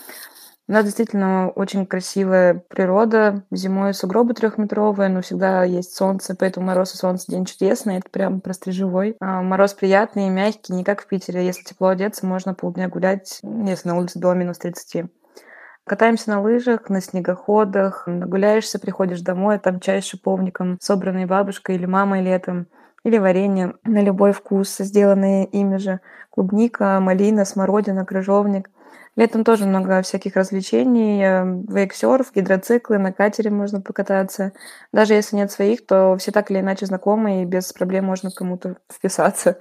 У нас действительно очень красивая природа. Зимой сугробы трехметровые, но всегда есть солнце, поэтому мороз и солнце — день чудесный. Это прям прострижевой. А мороз приятный и мягкий, не как в Питере. Если тепло одеться, можно полдня гулять, если на улице до минус тридцати. Катаемся на лыжах, на снегоходах, нагуляешься, приходишь домой, там чай с шиповником, собранный бабушкой или мамой летом. Или варенье на любой вкус, сделанные ими же. Клубника, малина, смородина, крыжовник. Летом тоже много всяких развлечений. Вейксерф, гидроциклы, на катере можно покататься. Даже если нет своих, то все так или иначе знакомы, и без проблем можно к кому-то вписаться.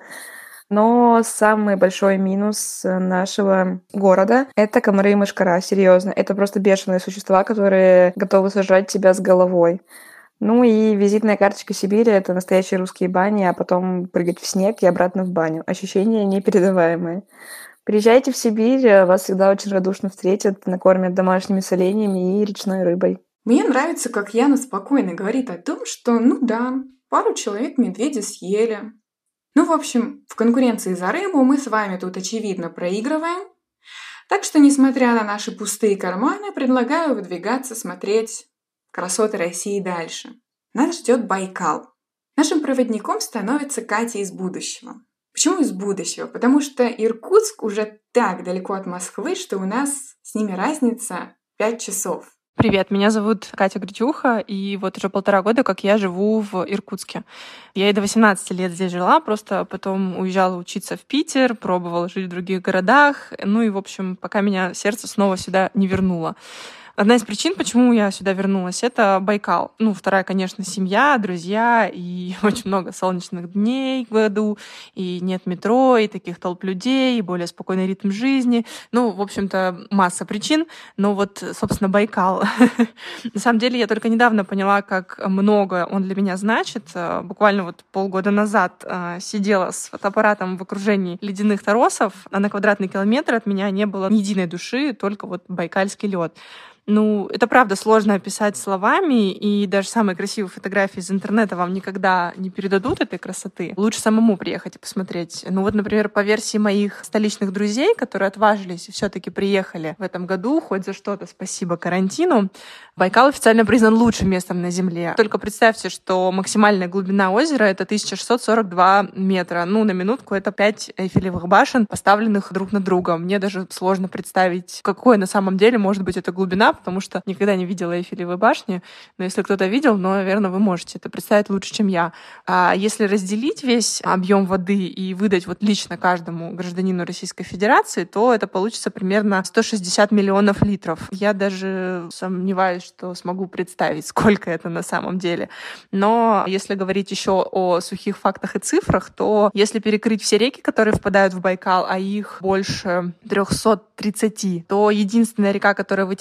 Но самый большой минус нашего города — это комары и мошкара. Серьезно, это просто бешеные существа, которые готовы сожрать тебя с головой. Ну и визитная карточка Сибири — это настоящие русские бани, а потом прыгать в снег и обратно в баню. Ощущения непередаваемые. Приезжайте в Сибирь, вас всегда очень радушно встретят, накормят домашними соленьями и речной рыбой. Мне нравится, как Яна спокойно говорит о том, что, ну да, пару человек медведи съели. Ну, в общем, в конкуренции за рыбу мы с вами тут, очевидно, проигрываем. Так что, несмотря на наши пустые карманы, предлагаю выдвигаться смотреть красоты России дальше. Нас ждет Байкал. Нашим проводником становится Катя из будущего. Почему из будущего? Потому что Иркутск уже так далеко от Москвы, что у нас с ними разница пять часов. Привет, меня зовут Катя Гритюха, и вот уже полтора года, как я живу в Иркутске. Я и до восемнадцати лет здесь жила, просто потом уезжала учиться в Питер, пробовала жить в других городах, ну и, в общем, пока меня сердце снова сюда не вернуло. Одна из причин, почему я сюда вернулась, это Байкал. Ну, вторая, конечно, семья, друзья и очень много солнечных дней в году, и нет метро, и таких толп людей, и более спокойный ритм жизни. Ну, в общем-то, масса причин. Но вот, собственно, Байкал. На самом деле, я только недавно поняла, как много он для меня значит. Буквально вот полгода назад сидела с фотоаппаратом в окружении ледяных торосов, а на квадратный километр от меня не было ни единой души, только вот байкальский лед. Ну, это правда сложно описать словами, и даже самые красивые фотографии из интернета вам никогда не передадут этой красоты. Лучше самому приехать и посмотреть. Ну вот, например, по версии моих столичных друзей, которые отважились и все-таки приехали в этом году, хоть за что-то, спасибо карантину, Байкал официально признан лучшим местом на Земле. Только представьте, что максимальная глубина озера — это тысяча шестьсот сорок два метра. Ну, на минутку, это пять эйфелевых башен, поставленных друг на друга. Мне даже сложно представить, какой на самом деле может быть эта глубина, потому что никогда не видела Эйфелевой башни. Но если кто-то видел, ну, наверное, вы можете это представить лучше, чем я. А если разделить весь объем воды и выдать вот лично каждому гражданину Российской Федерации, то это получится примерно сто шестьдесят миллионов литров. Я даже сомневаюсь, что смогу представить, сколько это на самом деле. Но если говорить еще о сухих фактах и цифрах, то если перекрыть все реки, которые впадают в Байкал, а их больше триста тридцать, то единственная река, которая вытекает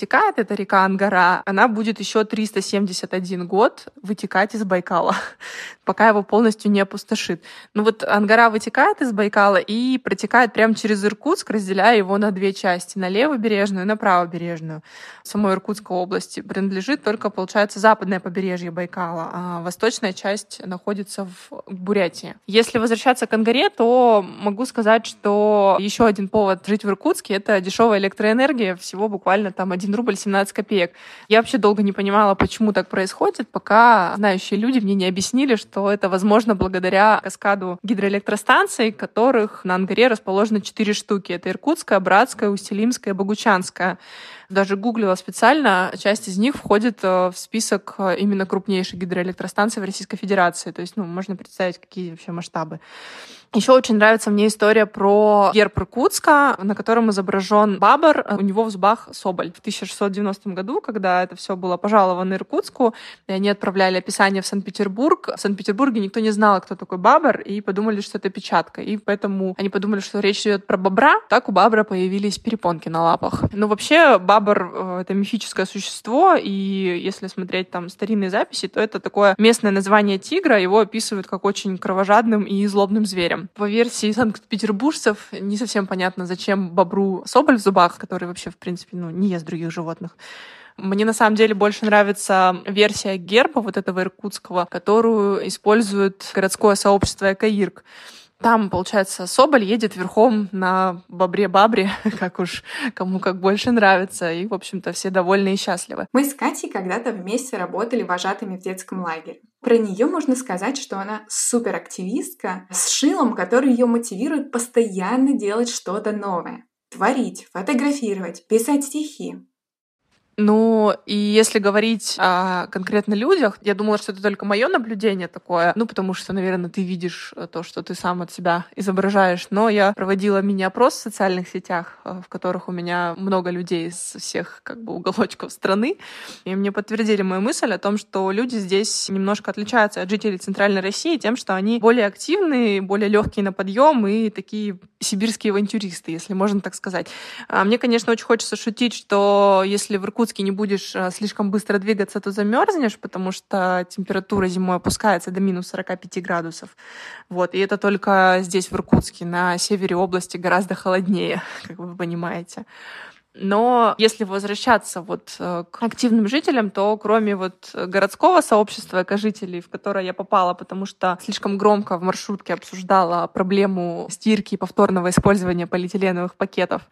это река Ангара, она будет еще триста семьдесят один год вытекать из Байкала, пока его полностью не опустошит. Ну вот Ангара вытекает из Байкала и протекает прямо через Иркутск, разделяя его на две части, на левобережную и на правобережную. Самой Иркутской области принадлежит только, получается, западное побережье Байкала, а восточная часть находится в Бурятии. Если возвращаться к Ангаре, то могу сказать, что еще один повод жить в Иркутске — это дешевая электроэнергия, всего буквально там один рубль семнадцать копеек. Я вообще долго не понимала, почему так происходит, пока знающие люди мне не объяснили, что это возможно благодаря каскаду гидроэлектростанций, которых на Ангаре расположено четыре штуки. Это Иркутская, Братская, Усть-Илимская, Богучанская. Даже гуглила специально, часть из них входит в список именно крупнейших гидроэлектростанций в Российской Федерации. То есть, ну, можно представить, какие вообще масштабы. Еще очень нравится мне история про герб Иркутска, на котором изображен бабр, у него в зубах соболь. В тысяча шестьсот девяностом году, когда это все было пожаловано Иркутску, и они отправляли описание в Санкт-Петербург, в Санкт-Петербурге никто не знал, кто такой бабр, и подумали, что это печатка. И поэтому они подумали, что речь идет про бобра. Так у бабра появились перепонки на лапах. Но вообще бабр — это мифическое существо, и если смотреть там старинные записи, то это такое местное название тигра, его описывают как очень кровожадным и злобным зверем. По версии санкт-петербуржцев не совсем понятно, зачем бобру соболь в зубах, который вообще, в принципе, ну, не ест других животных. Мне на самом деле больше нравится версия герба вот этого иркутского, которую использует городское сообщество «Экоирк». Там, получается, соболь едет верхом на бобре-бабре, как уж кому как больше нравится, и, в общем-то, все довольны и счастливы. Мы с Катей когда-то вместе работали вожатыми в детском лагере. Про нее можно сказать, что она суперактивистка с шилом, который ее мотивирует постоянно делать что-то новое. Творить, фотографировать, писать стихи. Ну, и если говорить о конкретно людях, я думала, что это только мое наблюдение такое, ну, потому что, наверное, ты видишь то, что ты сам от себя изображаешь, но я проводила мини-опрос в социальных сетях, в которых у меня много людей из всех, как бы, уголочков страны, и мне подтвердили мою мысль о том, что люди здесь немножко отличаются от жителей Центральной России тем, что они более активные, более легкие на подъем и такие сибирские авантюристы, если можно так сказать. Мне, конечно, очень хочется шутить, что если в Иркутске не будешь слишком быстро двигаться, то замерзнешь, потому что температура зимой опускается до минус сорок пять градусов. Вот. И это только здесь, в Иркутске. На севере области гораздо холоднее, как вы понимаете. Но если возвращаться вот к активным жителям, то кроме вот городского сообщества экожителей, в которое я попала, потому что слишком громко в маршрутке обсуждала проблему стирки и повторного использования полиэтиленовых пакетов,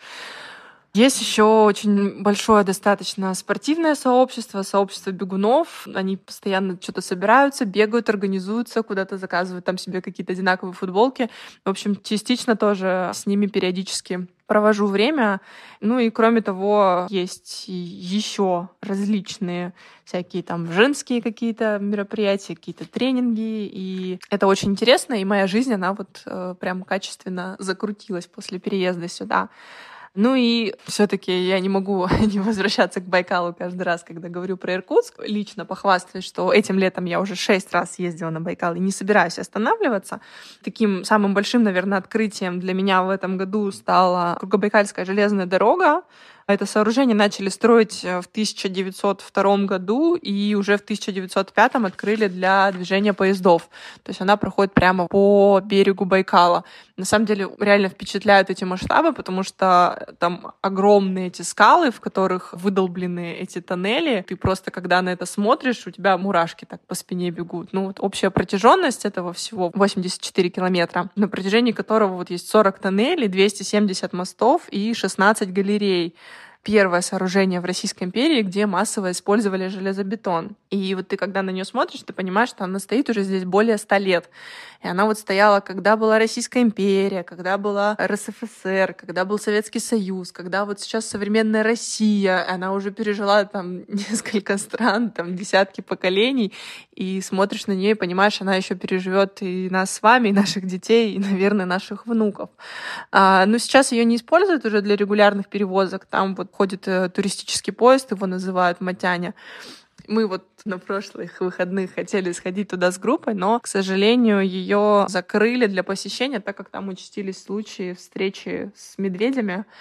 есть еще очень большое достаточно спортивное сообщество, сообщество бегунов. Они постоянно что-то собираются, бегают, организуются, куда-то заказывают там себе какие-то одинаковые футболки. В общем, частично тоже с ними периодически провожу время. Ну и кроме того, есть еще различные всякие там женские какие-то мероприятия, какие-то тренинги. И это очень интересно. И моя жизнь, она вот э, прям качественно закрутилась после переезда сюда. Ну и все-таки я не могу не возвращаться к Байкалу каждый раз, когда говорю про Иркутск. Лично похвастаюсь, что этим летом я уже шесть раз ездила на Байкал и не собираюсь останавливаться. Таким самым большим, наверное, открытием для меня в этом году стала Кругобайкальская железная дорога. Это сооружение начали строить в тысяча девятьсот втором году и уже в тысяча девятьсот пятом открыли для движения поездов. То есть она проходит прямо по берегу Байкала. На самом деле реально впечатляют эти масштабы, потому что там огромные эти скалы, в которых выдолблены эти тоннели. Ты просто, когда на это смотришь, у тебя мурашки так по спине бегут. Ну вот общая протяженность этого всего восемьдесят четыре километра, на протяжении которого вот есть сорок тоннелей, двести семьдесят мостов и шестнадцать галерей. Первое сооружение в Российской империи, где массово использовали железобетон. И вот ты, когда на нее смотришь, ты понимаешь, что она стоит уже здесь более ста лет. И она вот стояла, когда была Российская империя, когда была эр эс эф эс эр, когда был Советский Союз, когда вот сейчас современная Россия. Она уже пережила там несколько стран, там десятки поколений. И смотришь на нее и понимаешь, она еще переживет и нас с вами, и наших детей, и, наверное, наших внуков. А, но сейчас ее не используют уже для регулярных перевозок. Там вот ходит туристический поезд, его называют Матяня. Мы вот на прошлых выходных хотели сходить туда с группой, но, к сожалению, ее закрыли для посещения, так как там участились случаи встречи с медведями.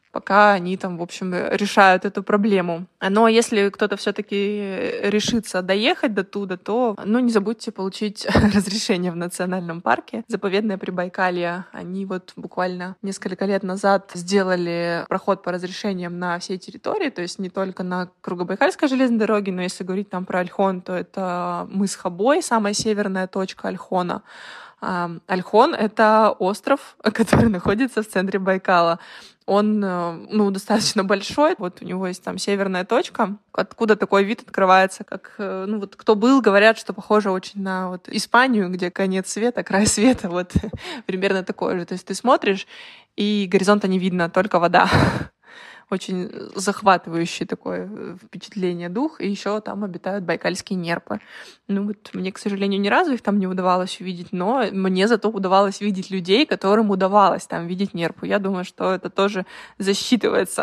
пока они там, в общем, решают эту проблему. Но если кто-то все-таки решится доехать до туда, то, ну, не забудьте получить разрешение в национальном парке. Заповедное Прибайкалье. Они вот буквально несколько лет назад сделали проход по разрешениям на всей территории, то есть не только на Кругобайкальской железной дороге, но если говорить там про Ольхон, то это мыс Хобой, самая северная точка Ольхона. Ольхон — это остров, который находится в центре Байкала. Он, ну, достаточно большой. Вот у него есть там северная точка, откуда такой вид открывается, как, ну, вот кто был, говорят, что похоже очень на вот Испанию, где конец света, край света, вот примерно такое же. То есть ты смотришь, и горизонта не видно, только вода. Очень захватывающее такое впечатление, дух. И еще там обитают байкальские нерпы. Ну вот мне, к сожалению, ни разу их там не удавалось увидеть, но мне зато удавалось видеть людей, которым удавалось там видеть нерпу. Я думаю, что это тоже засчитывается.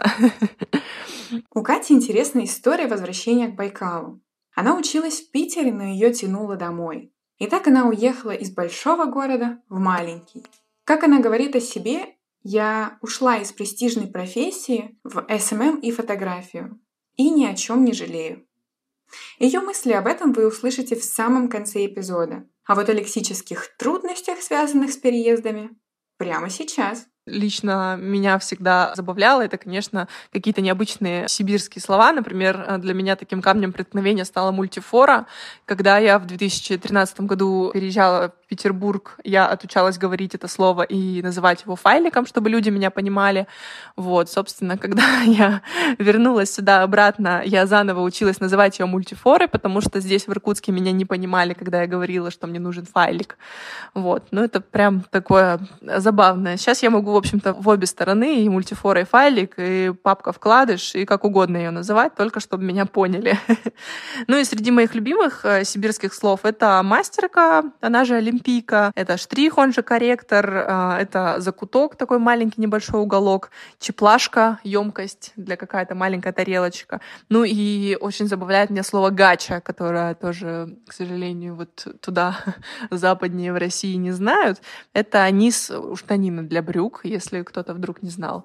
У Кати интересная история возвращения к Байкалу. Она училась в Питере, но ее тянуло домой. И так она уехала из большого города в маленький. Как она говорит о себе, я ушла из престижной профессии в эс эм эм и фотографию и ни о чем не жалею. Ее мысли об этом вы услышите в самом конце эпизода, а вот о лексических трудностях, связанных с переездами, прямо сейчас. Лично меня всегда забавляло, это, конечно, какие-то необычные сибирские слова. Например, для меня таким камнем преткновения стала мультифора. Когда я в две тысячи тринадцатом году переезжала в Петербург, я отучалась говорить это слово и называть его файликом, чтобы люди меня понимали. Вот, собственно, когда я вернулась сюда обратно, я заново училась называть ее мультифорой, потому что здесь, в Иркутске, меня не понимали, когда я говорила, что мне нужен файлик. Вот, ну это прям такое забавное. Сейчас я могу, в общем-то, в обе стороны, и мультифора, и файлик, и папка-вкладыш, и как угодно ее называть, только чтобы меня поняли. Ну и среди моих любимых сибирских слов это мастерка, она же олимпийка, это штрих, он же корректор, это закуток, такой маленький небольшой уголок, чеплашка, емкость для какая-то маленькая тарелочка. Ну и очень забавляет меня слово гача, которое тоже, к сожалению, вот туда западнее в России не знают. Это низ штанины для брюк, если кто-то вдруг не знал.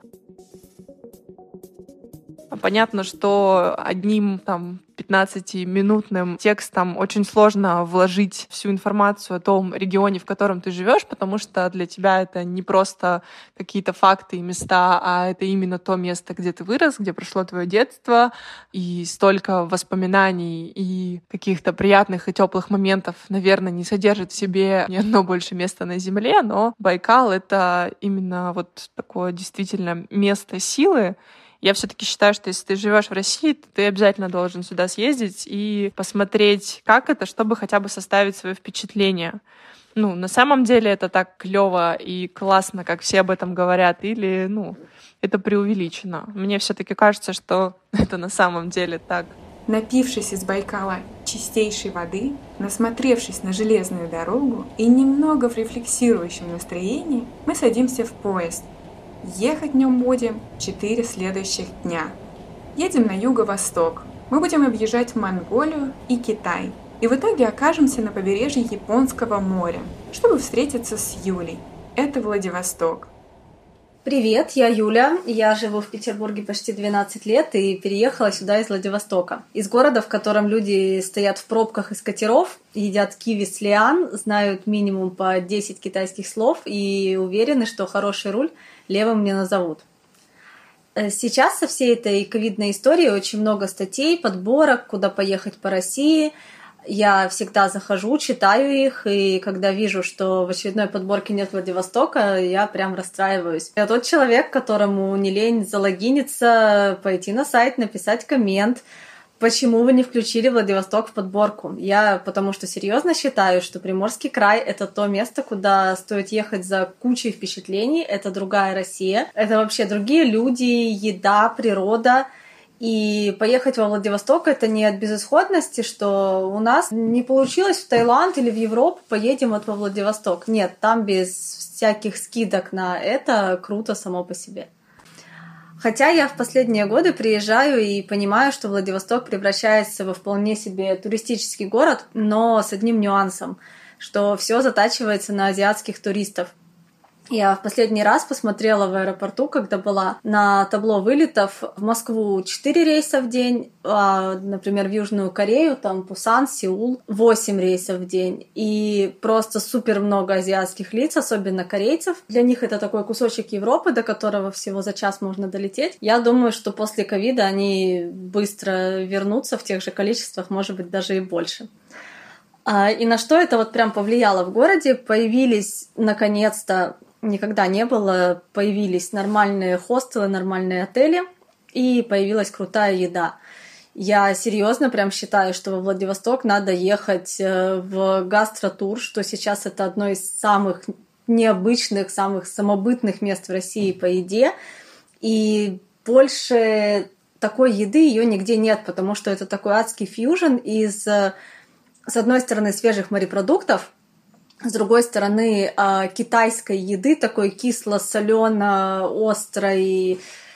Понятно, что одним там пятнадцатиминутным текстом очень сложно вложить всю информацию о том регионе, в котором ты живешь, потому что для тебя это не просто какие-то факты и места, а это именно то место, где ты вырос, где прошло твое детство, и столько воспоминаний и каких-то приятных и теплых моментов, наверное, не содержит в себе ни одно больше место на земле, но Байкал — это именно вот такое действительно место силы. Я все-таки считаю, что если ты живешь в России, то ты обязательно должен сюда съездить и посмотреть, как это, чтобы хотя бы составить свое впечатление. Ну, на самом деле это так клево и классно, как все об этом говорят, или, ну, это преувеличено. Мне все-таки кажется, что это на самом деле так. Напившись из Байкала чистейшей воды, насмотревшись на железную дорогу и немного в рефлексирующем настроении, мы садимся в поезд. Ехать в нем будем четыре следующих дня. Едем на юго-восток. Мы будем объезжать Монголию и Китай. И в итоге окажемся на побережье Японского моря, чтобы встретиться с Юлей. Это Владивосток. Привет, я Юля. Я живу в Петербурге почти двенадцать лет и переехала сюда из Владивостока. Из города, в котором люди стоят в пробках из катеров, едят киви с лиан, знают минимум по десять китайских слов и уверены, что хороший руль левым не назовут. Сейчас со всей этой ковидной историей очень много статей, подборок, куда поехать по России. Я всегда захожу, читаю их, и когда вижу, что в очередной подборке нет Владивостока, я прям расстраиваюсь. Я тот человек, которому не лень залогиниться, пойти на сайт, написать коммент, почему вы не включили Владивосток в подборку. Я потому что серьезно считаю, что Приморский край — это то место, куда стоит ехать за кучей впечатлений, это другая Россия, это вообще другие люди, еда, природа. И поехать во Владивосток — это не от безысходности, что у нас не получилось в Таиланд или в Европу, поедем вот во Владивосток. Нет, там без всяких скидок на это круто само по себе. Хотя я в последние годы приезжаю и понимаю, что Владивосток превращается во вполне себе туристический город, но с одним нюансом, что все затачивается на азиатских туристов. Я в последний раз посмотрела в аэропорту, когда была на табло вылетов. В Москву четыре рейса в день, а, например, в Южную Корею, там Пусан, Сеул, восемь рейсов в день. И просто супер много азиатских лиц, особенно корейцев. Для них это такой кусочек Европы, до которого всего за час можно долететь. Я думаю, что после ковида они быстро вернутся в тех же количествах, может быть, даже и больше. И на что это вот прям повлияло в городе? Появились, наконец-то, никогда не было, появились нормальные хостелы, нормальные отели, и появилась крутая еда. Я серьезно прям считаю, что во Владивосток надо ехать в гастротур, что сейчас это одно из самых необычных, самых самобытных мест в России по еде, и больше такой еды ее нигде нет, потому что это такой адский фьюжн из, с одной стороны, свежих морепродуктов, с другой стороны, китайской еды, такой кисло-солено-острой,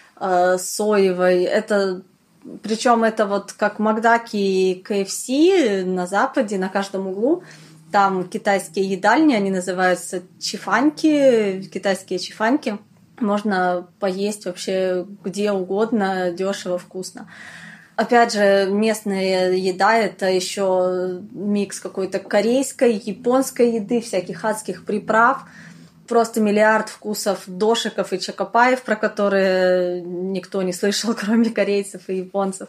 соевой. Это, причем это вот как Макдаки и кей эф си на Западе, на каждом углу. Там китайские едальни, они называются чифаньки, китайские чифаньки. Можно поесть вообще где угодно, дешево, вкусно. Опять же, местная еда — это еще микс какой-то корейской, японской еды, всяких адских приправ. Просто миллиард вкусов дошиков и чокопаев, про которые никто не слышал, кроме корейцев и японцев.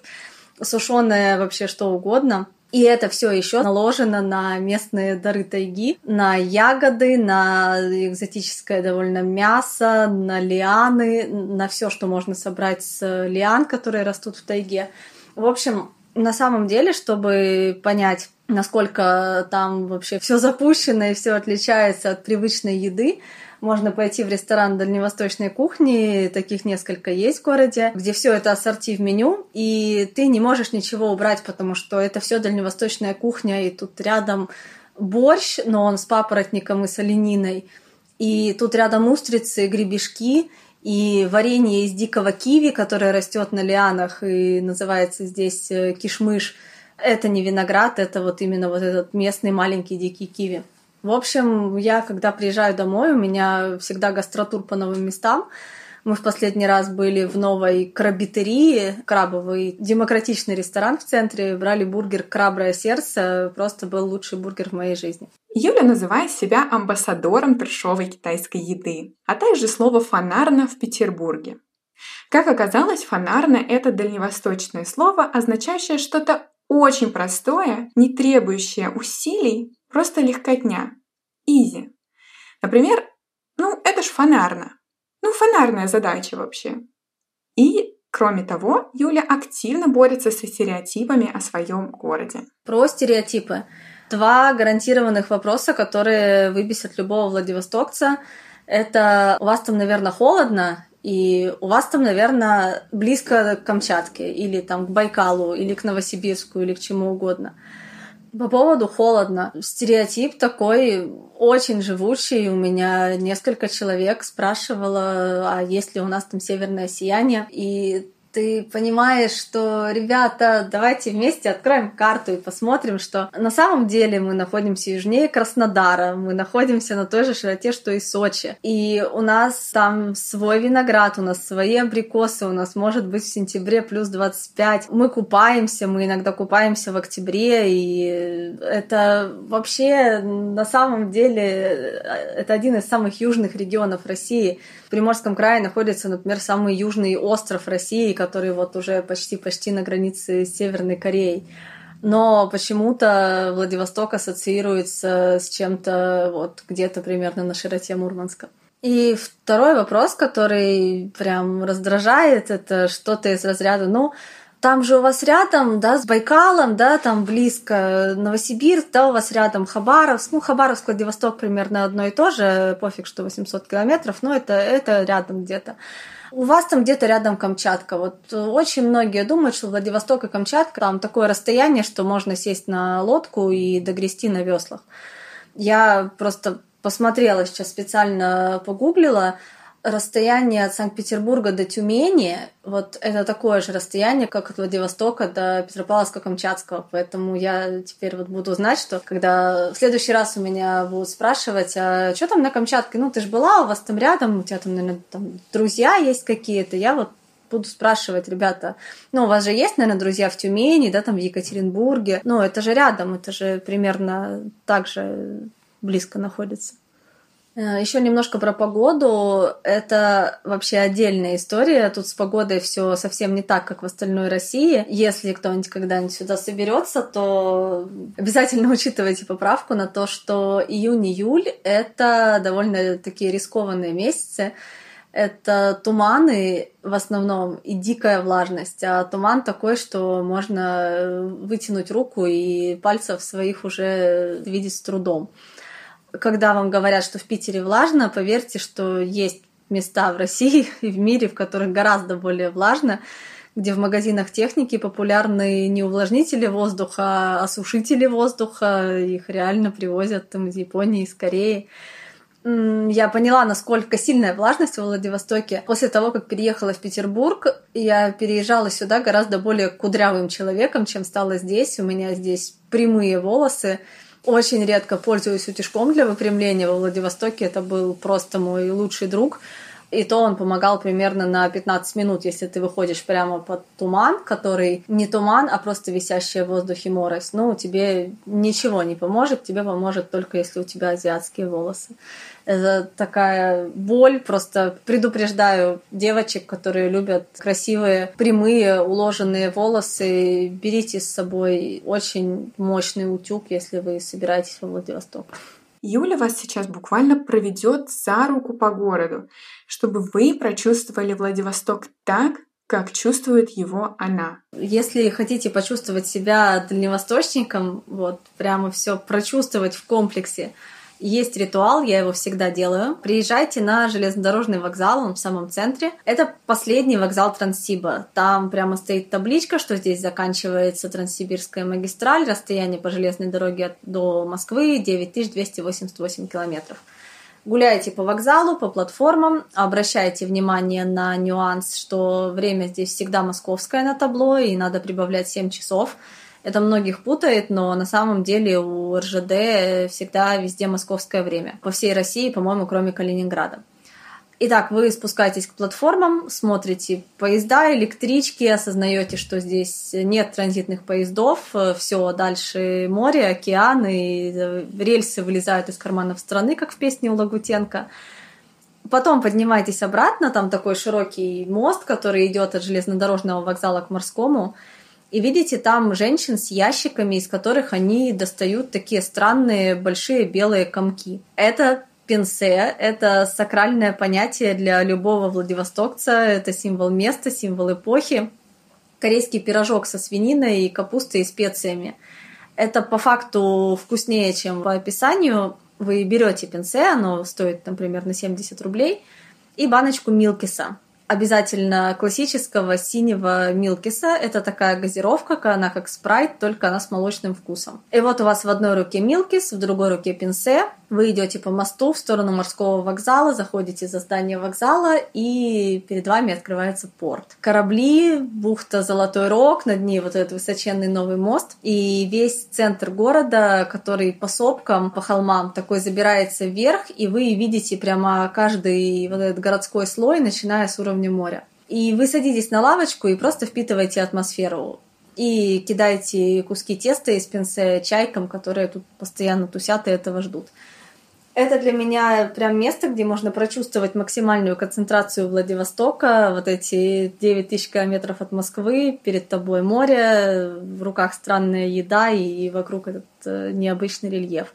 Сушеное вообще что угодно. И это все еще наложено на местные дары тайги, на ягоды, на экзотическое довольно мясо, на лианы, на все, что можно собрать с лиан, которые растут в тайге. В общем, на самом деле, чтобы понять, насколько там вообще все запущено и все отличается от привычной еды, можно пойти в ресторан дальневосточной кухни, таких несколько есть в городе, где все это ассорти в меню, и ты не можешь ничего убрать, потому что это все дальневосточная кухня, и тут рядом борщ, но он с папоротником и с олениной, и тут рядом устрицы, гребешки, и варенье из дикого киви, которое растет на лианах и называется здесь кишмыш. Это не виноград, это вот именно вот этот местный маленький дикий киви. В общем, я, когда приезжаю домой, у меня всегда гастротур по новым местам. Мы в последний раз были в новой крабитерии, крабовый демократичный ресторан в центре, брали бургер «Краброе сердце», просто был лучший бургер в моей жизни. Юля называет себя амбассадором трэшовой китайской еды, а также слово «фонарно» в Петербурге. Как оказалось, фонарно — это дальневосточное слово, означающее что-то очень простое, не требующее усилий, просто легкотня. Изи. Например, ну это ж фонарно. Ну, фонарная задача вообще. И, кроме того, Юля активно борется со стереотипами о своем городе. Про стереотипы. Два гарантированных вопроса, которые выбесят любого владивостокца. Это: у вас там, наверное, холодно, и у вас там, наверное, близко к Камчатке, или там к Байкалу, или к Новосибирску, или к чему угодно. По поводу холодно. Стереотип такой очень живучий. У меня несколько человек спрашивало, а есть ли у нас там северное сияние. И ты понимаешь, что, ребята, давайте вместе откроем карту и посмотрим, что на самом деле мы находимся южнее Краснодара, мы находимся на той же широте, что и Сочи. И у нас там свой виноград, у нас свои абрикосы, у нас может быть в сентябре плюс двадцать пять. Мы купаемся, мы иногда купаемся в октябре, и это вообще на самом деле это один из самых южных регионов России. В Приморском крае находится, например, самый южный остров России, который вот уже почти-почти на границе с Северной Кореей. Но почему-то Владивосток ассоциируется с чем-то вот где-то примерно на широте Мурманска. И второй вопрос, который прям раздражает, это что-то из разряда, ну, там же у вас рядом, да, с Байкалом, да, там близко Новосибирск, да, у вас рядом Хабаровск. Ну, Хабаровск, Владивосток примерно одно и то же, пофиг, что восемьсот километров, но это, это рядом где-то. У вас там где-то рядом Камчатка. Вот очень многие думают, что Владивосток и Камчатка там такое расстояние, что можно сесть на лодку и догрести на веслах. Я просто посмотрела сейчас, специально погуглила. Расстояние от Санкт-Петербурга до Тюмени, вот это такое же расстояние, как от Владивостока до Петропавловска-Камчатского. Поэтому я теперь вот буду знать, что когда в следующий раз у меня будут спрашивать, а что там на Камчатке? Ну, ты же была, у вас там рядом, у тебя там, наверное, там друзья есть какие-то. Я вот буду спрашивать, ребята, ну, у вас же есть, наверное, друзья в Тюмени, да, там в Екатеринбурге. Ну, это же рядом, это же примерно так же близко находится. Еще немножко про погоду. Это вообще отдельная история. Тут с погодой все совсем не так, как в остальной России. Если кто-нибудь когда-нибудь сюда соберется, то обязательно учитывайте поправку на то, что июнь-июль — это довольно такие рискованные месяцы. Это туманы в основном и дикая влажность. А туман такой, что можно вытянуть руку и пальцев своих уже видеть с трудом. Когда вам говорят, что в Питере влажно, поверьте, что есть места в России и в мире, в которых гораздо более влажно, где в магазинах техники популярны не увлажнители воздуха, а осушители воздуха. Их реально привозят там из Японии, из Кореи. Я поняла, насколько сильная влажность во Владивостоке. После того, как переехала в Петербург, я переезжала сюда гораздо более кудрявым человеком, чем стала здесь. У меня здесь прямые волосы. Очень редко пользуюсь утюжком для выпрямления. Во Владивостоке это был просто мой лучший друг. И то он помогал примерно на пятнадцать минут, если ты выходишь прямо под туман, который не туман, а просто висящая в воздухе морось. Ну, тебе ничего не поможет, тебе поможет только если у тебя азиатские волосы. Это такая боль. Просто предупреждаю девочек, которые любят красивые, прямые, уложенные волосы. Берите с собой очень мощный утюг, если вы собираетесь во Владивосток. Юля вас сейчас буквально проведет за руку по городу, чтобы вы прочувствовали Владивосток так, как чувствует его она. Если хотите почувствовать себя дальневосточником, вот прямо все прочувствовать в комплексе, есть ритуал, я его всегда делаю. Приезжайте на железнодорожный вокзал, он в самом центре. Это последний вокзал Транссиба. Там прямо стоит табличка, что здесь заканчивается Транссибирская магистраль. Расстояние по железной дороге до Москвы девять тысяч двести восемьдесят восемь километров. Гуляйте по вокзалу, по платформам, обращайте внимание на нюанс, что время здесь всегда московское на табло, и надо прибавлять семь часов. Это многих путает, но на самом деле у эр жэ дэ всегда везде московское время. По всей России, по-моему, кроме Калининграда. Итак, вы спускаетесь к платформам, смотрите поезда, электрички, осознаете, что здесь нет транзитных поездов, все дальше море, океан, и рельсы вылезают из карманов страны, как в песне у Лагутенко. Потом поднимаетесь обратно, там такой широкий мост, который идет от железнодорожного вокзала к морскому. И видите там женщин с ящиками, из которых они достают такие странные большие белые комки. Это пенсе, это сакральное понятие для любого владивостокца, это символ места, символ эпохи. Корейский пирожок со свининой и капустой и специями. Это по факту вкуснее, чем по описанию. Вы берете пенсе, оно стоит там примерно семьдесят рублей, и баночку милкиса. Обязательно классического синего милкиса. Это такая газировка, она как спрайт, только она с молочным вкусом. И вот у вас в одной руке милкис, в другой руке пенсе. Вы идете по мосту в сторону морского вокзала, заходите за здание вокзала, и перед вами открывается порт. Корабли, бухта Золотой Рог, над ней вот этот высоченный новый мост. И весь центр города, который по сопкам, по холмам, такой забирается вверх, и вы видите прямо каждый вот этот городской слой, начиная с уровня моря. И вы садитесь на лавочку и просто впитываете атмосферу. И кидаете куски теста из пенсе чайкам, которые тут постоянно тусят и этого ждут. Это для меня прям место, где можно прочувствовать максимальную концентрацию Владивостока. Вот эти девять тысяч километров от Москвы, перед тобой море, в руках странная еда и вокруг этот необычный рельеф.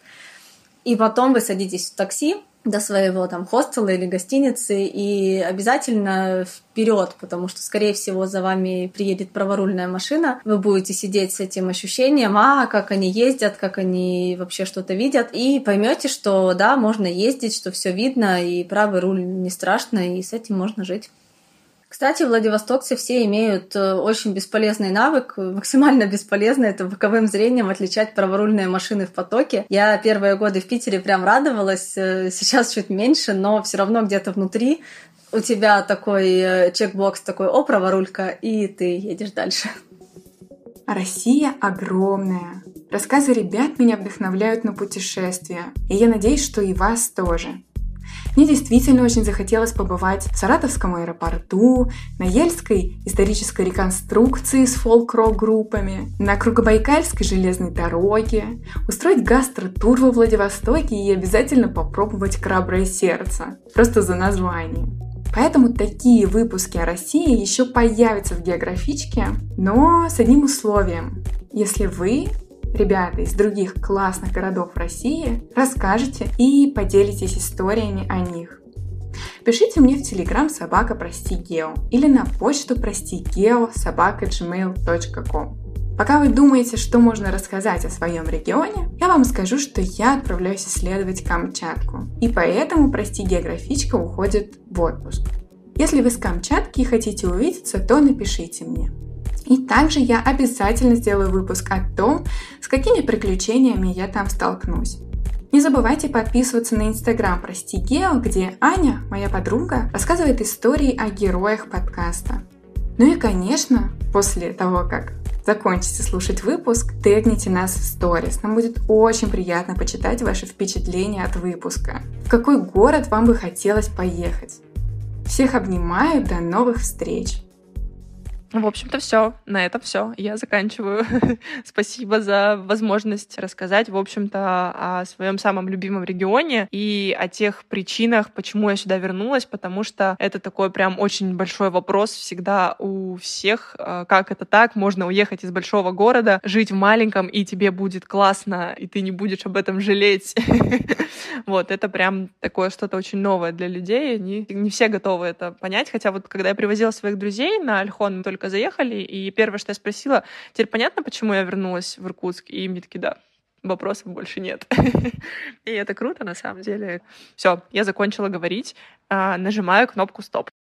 И потом вы садитесь в такси до своего там хостела или гостиницы и обязательно вперед, потому что, скорее всего, за вами приедет праворульная машина. Вы будете сидеть с этим ощущением, а как они ездят, как они вообще что-то видят, и поймете, что да, можно ездить, что все видно, и правый руль не страшно, и с этим можно жить. Кстати, владивостокцы все имеют очень бесполезный навык, максимально бесполезный, это боковым зрением отличать праворульные машины в потоке. Я первые годы в Питере прям радовалась, сейчас чуть меньше, но все равно где-то внутри у тебя такой чекбокс, такой «О, праворулька», и ты едешь дальше. Россия огромная. Рассказы ребят меня вдохновляют на путешествия, и я надеюсь, что и вас тоже. Мне действительно очень захотелось побывать в Саратовском аэропорту, на Ельской исторической реконструкции с фолк-рок-группами, на Кругобайкальской железной дороге, устроить гастротур во Владивостоке и обязательно попробовать «Храброе сердце», просто за название. Поэтому такие выпуски о России еще появятся в географичке, но с одним условием. Если вы, ребята из других классных городов России, расскажете и поделитесь историями о них. Пишите мне в Telegram собака простигео или на почту простигео собака джимейл точка ком. Пока вы думаете, что можно рассказать о своем регионе, я вам скажу, что я отправляюсь исследовать Камчатку, и поэтому «Прости, географичка» уходит в отпуск. Если вы с Камчатки и хотите увидеться, то напишите мне. И также я обязательно сделаю выпуск о том, с какими приключениями я там столкнусь. Не забывайте подписываться на Instagram «Прости, Гео», где Аня, моя подруга, рассказывает истории о героях подкаста. Ну и, конечно, после того, как закончите слушать выпуск, тегните нас в сторис. Нам будет очень приятно почитать ваши впечатления от выпуска. В какой город вам бы хотелось поехать? Всех обнимаю, до новых встреч! В общем-то, все. На этом все. Я заканчиваю. Спасибо за возможность рассказать, в общем-то, о своем самом любимом регионе и о тех причинах, почему я сюда вернулась, потому что это такой прям очень большой вопрос всегда у всех. Как это так? Можно уехать из большого города, жить в маленьком, и тебе будет классно, и ты не будешь об этом жалеть. Вот, это прям такое что-то очень новое для людей. Не, не все готовы это понять. Хотя вот когда я привозила своих друзей на Ольхон, мы только заехали, и первое, что я спросила: теперь понятно, почему я вернулась в Иркутск? И мне такие: да, вопросов больше нет. И это круто, на самом деле. Все, я закончила говорить, нажимаю кнопку «Стоп».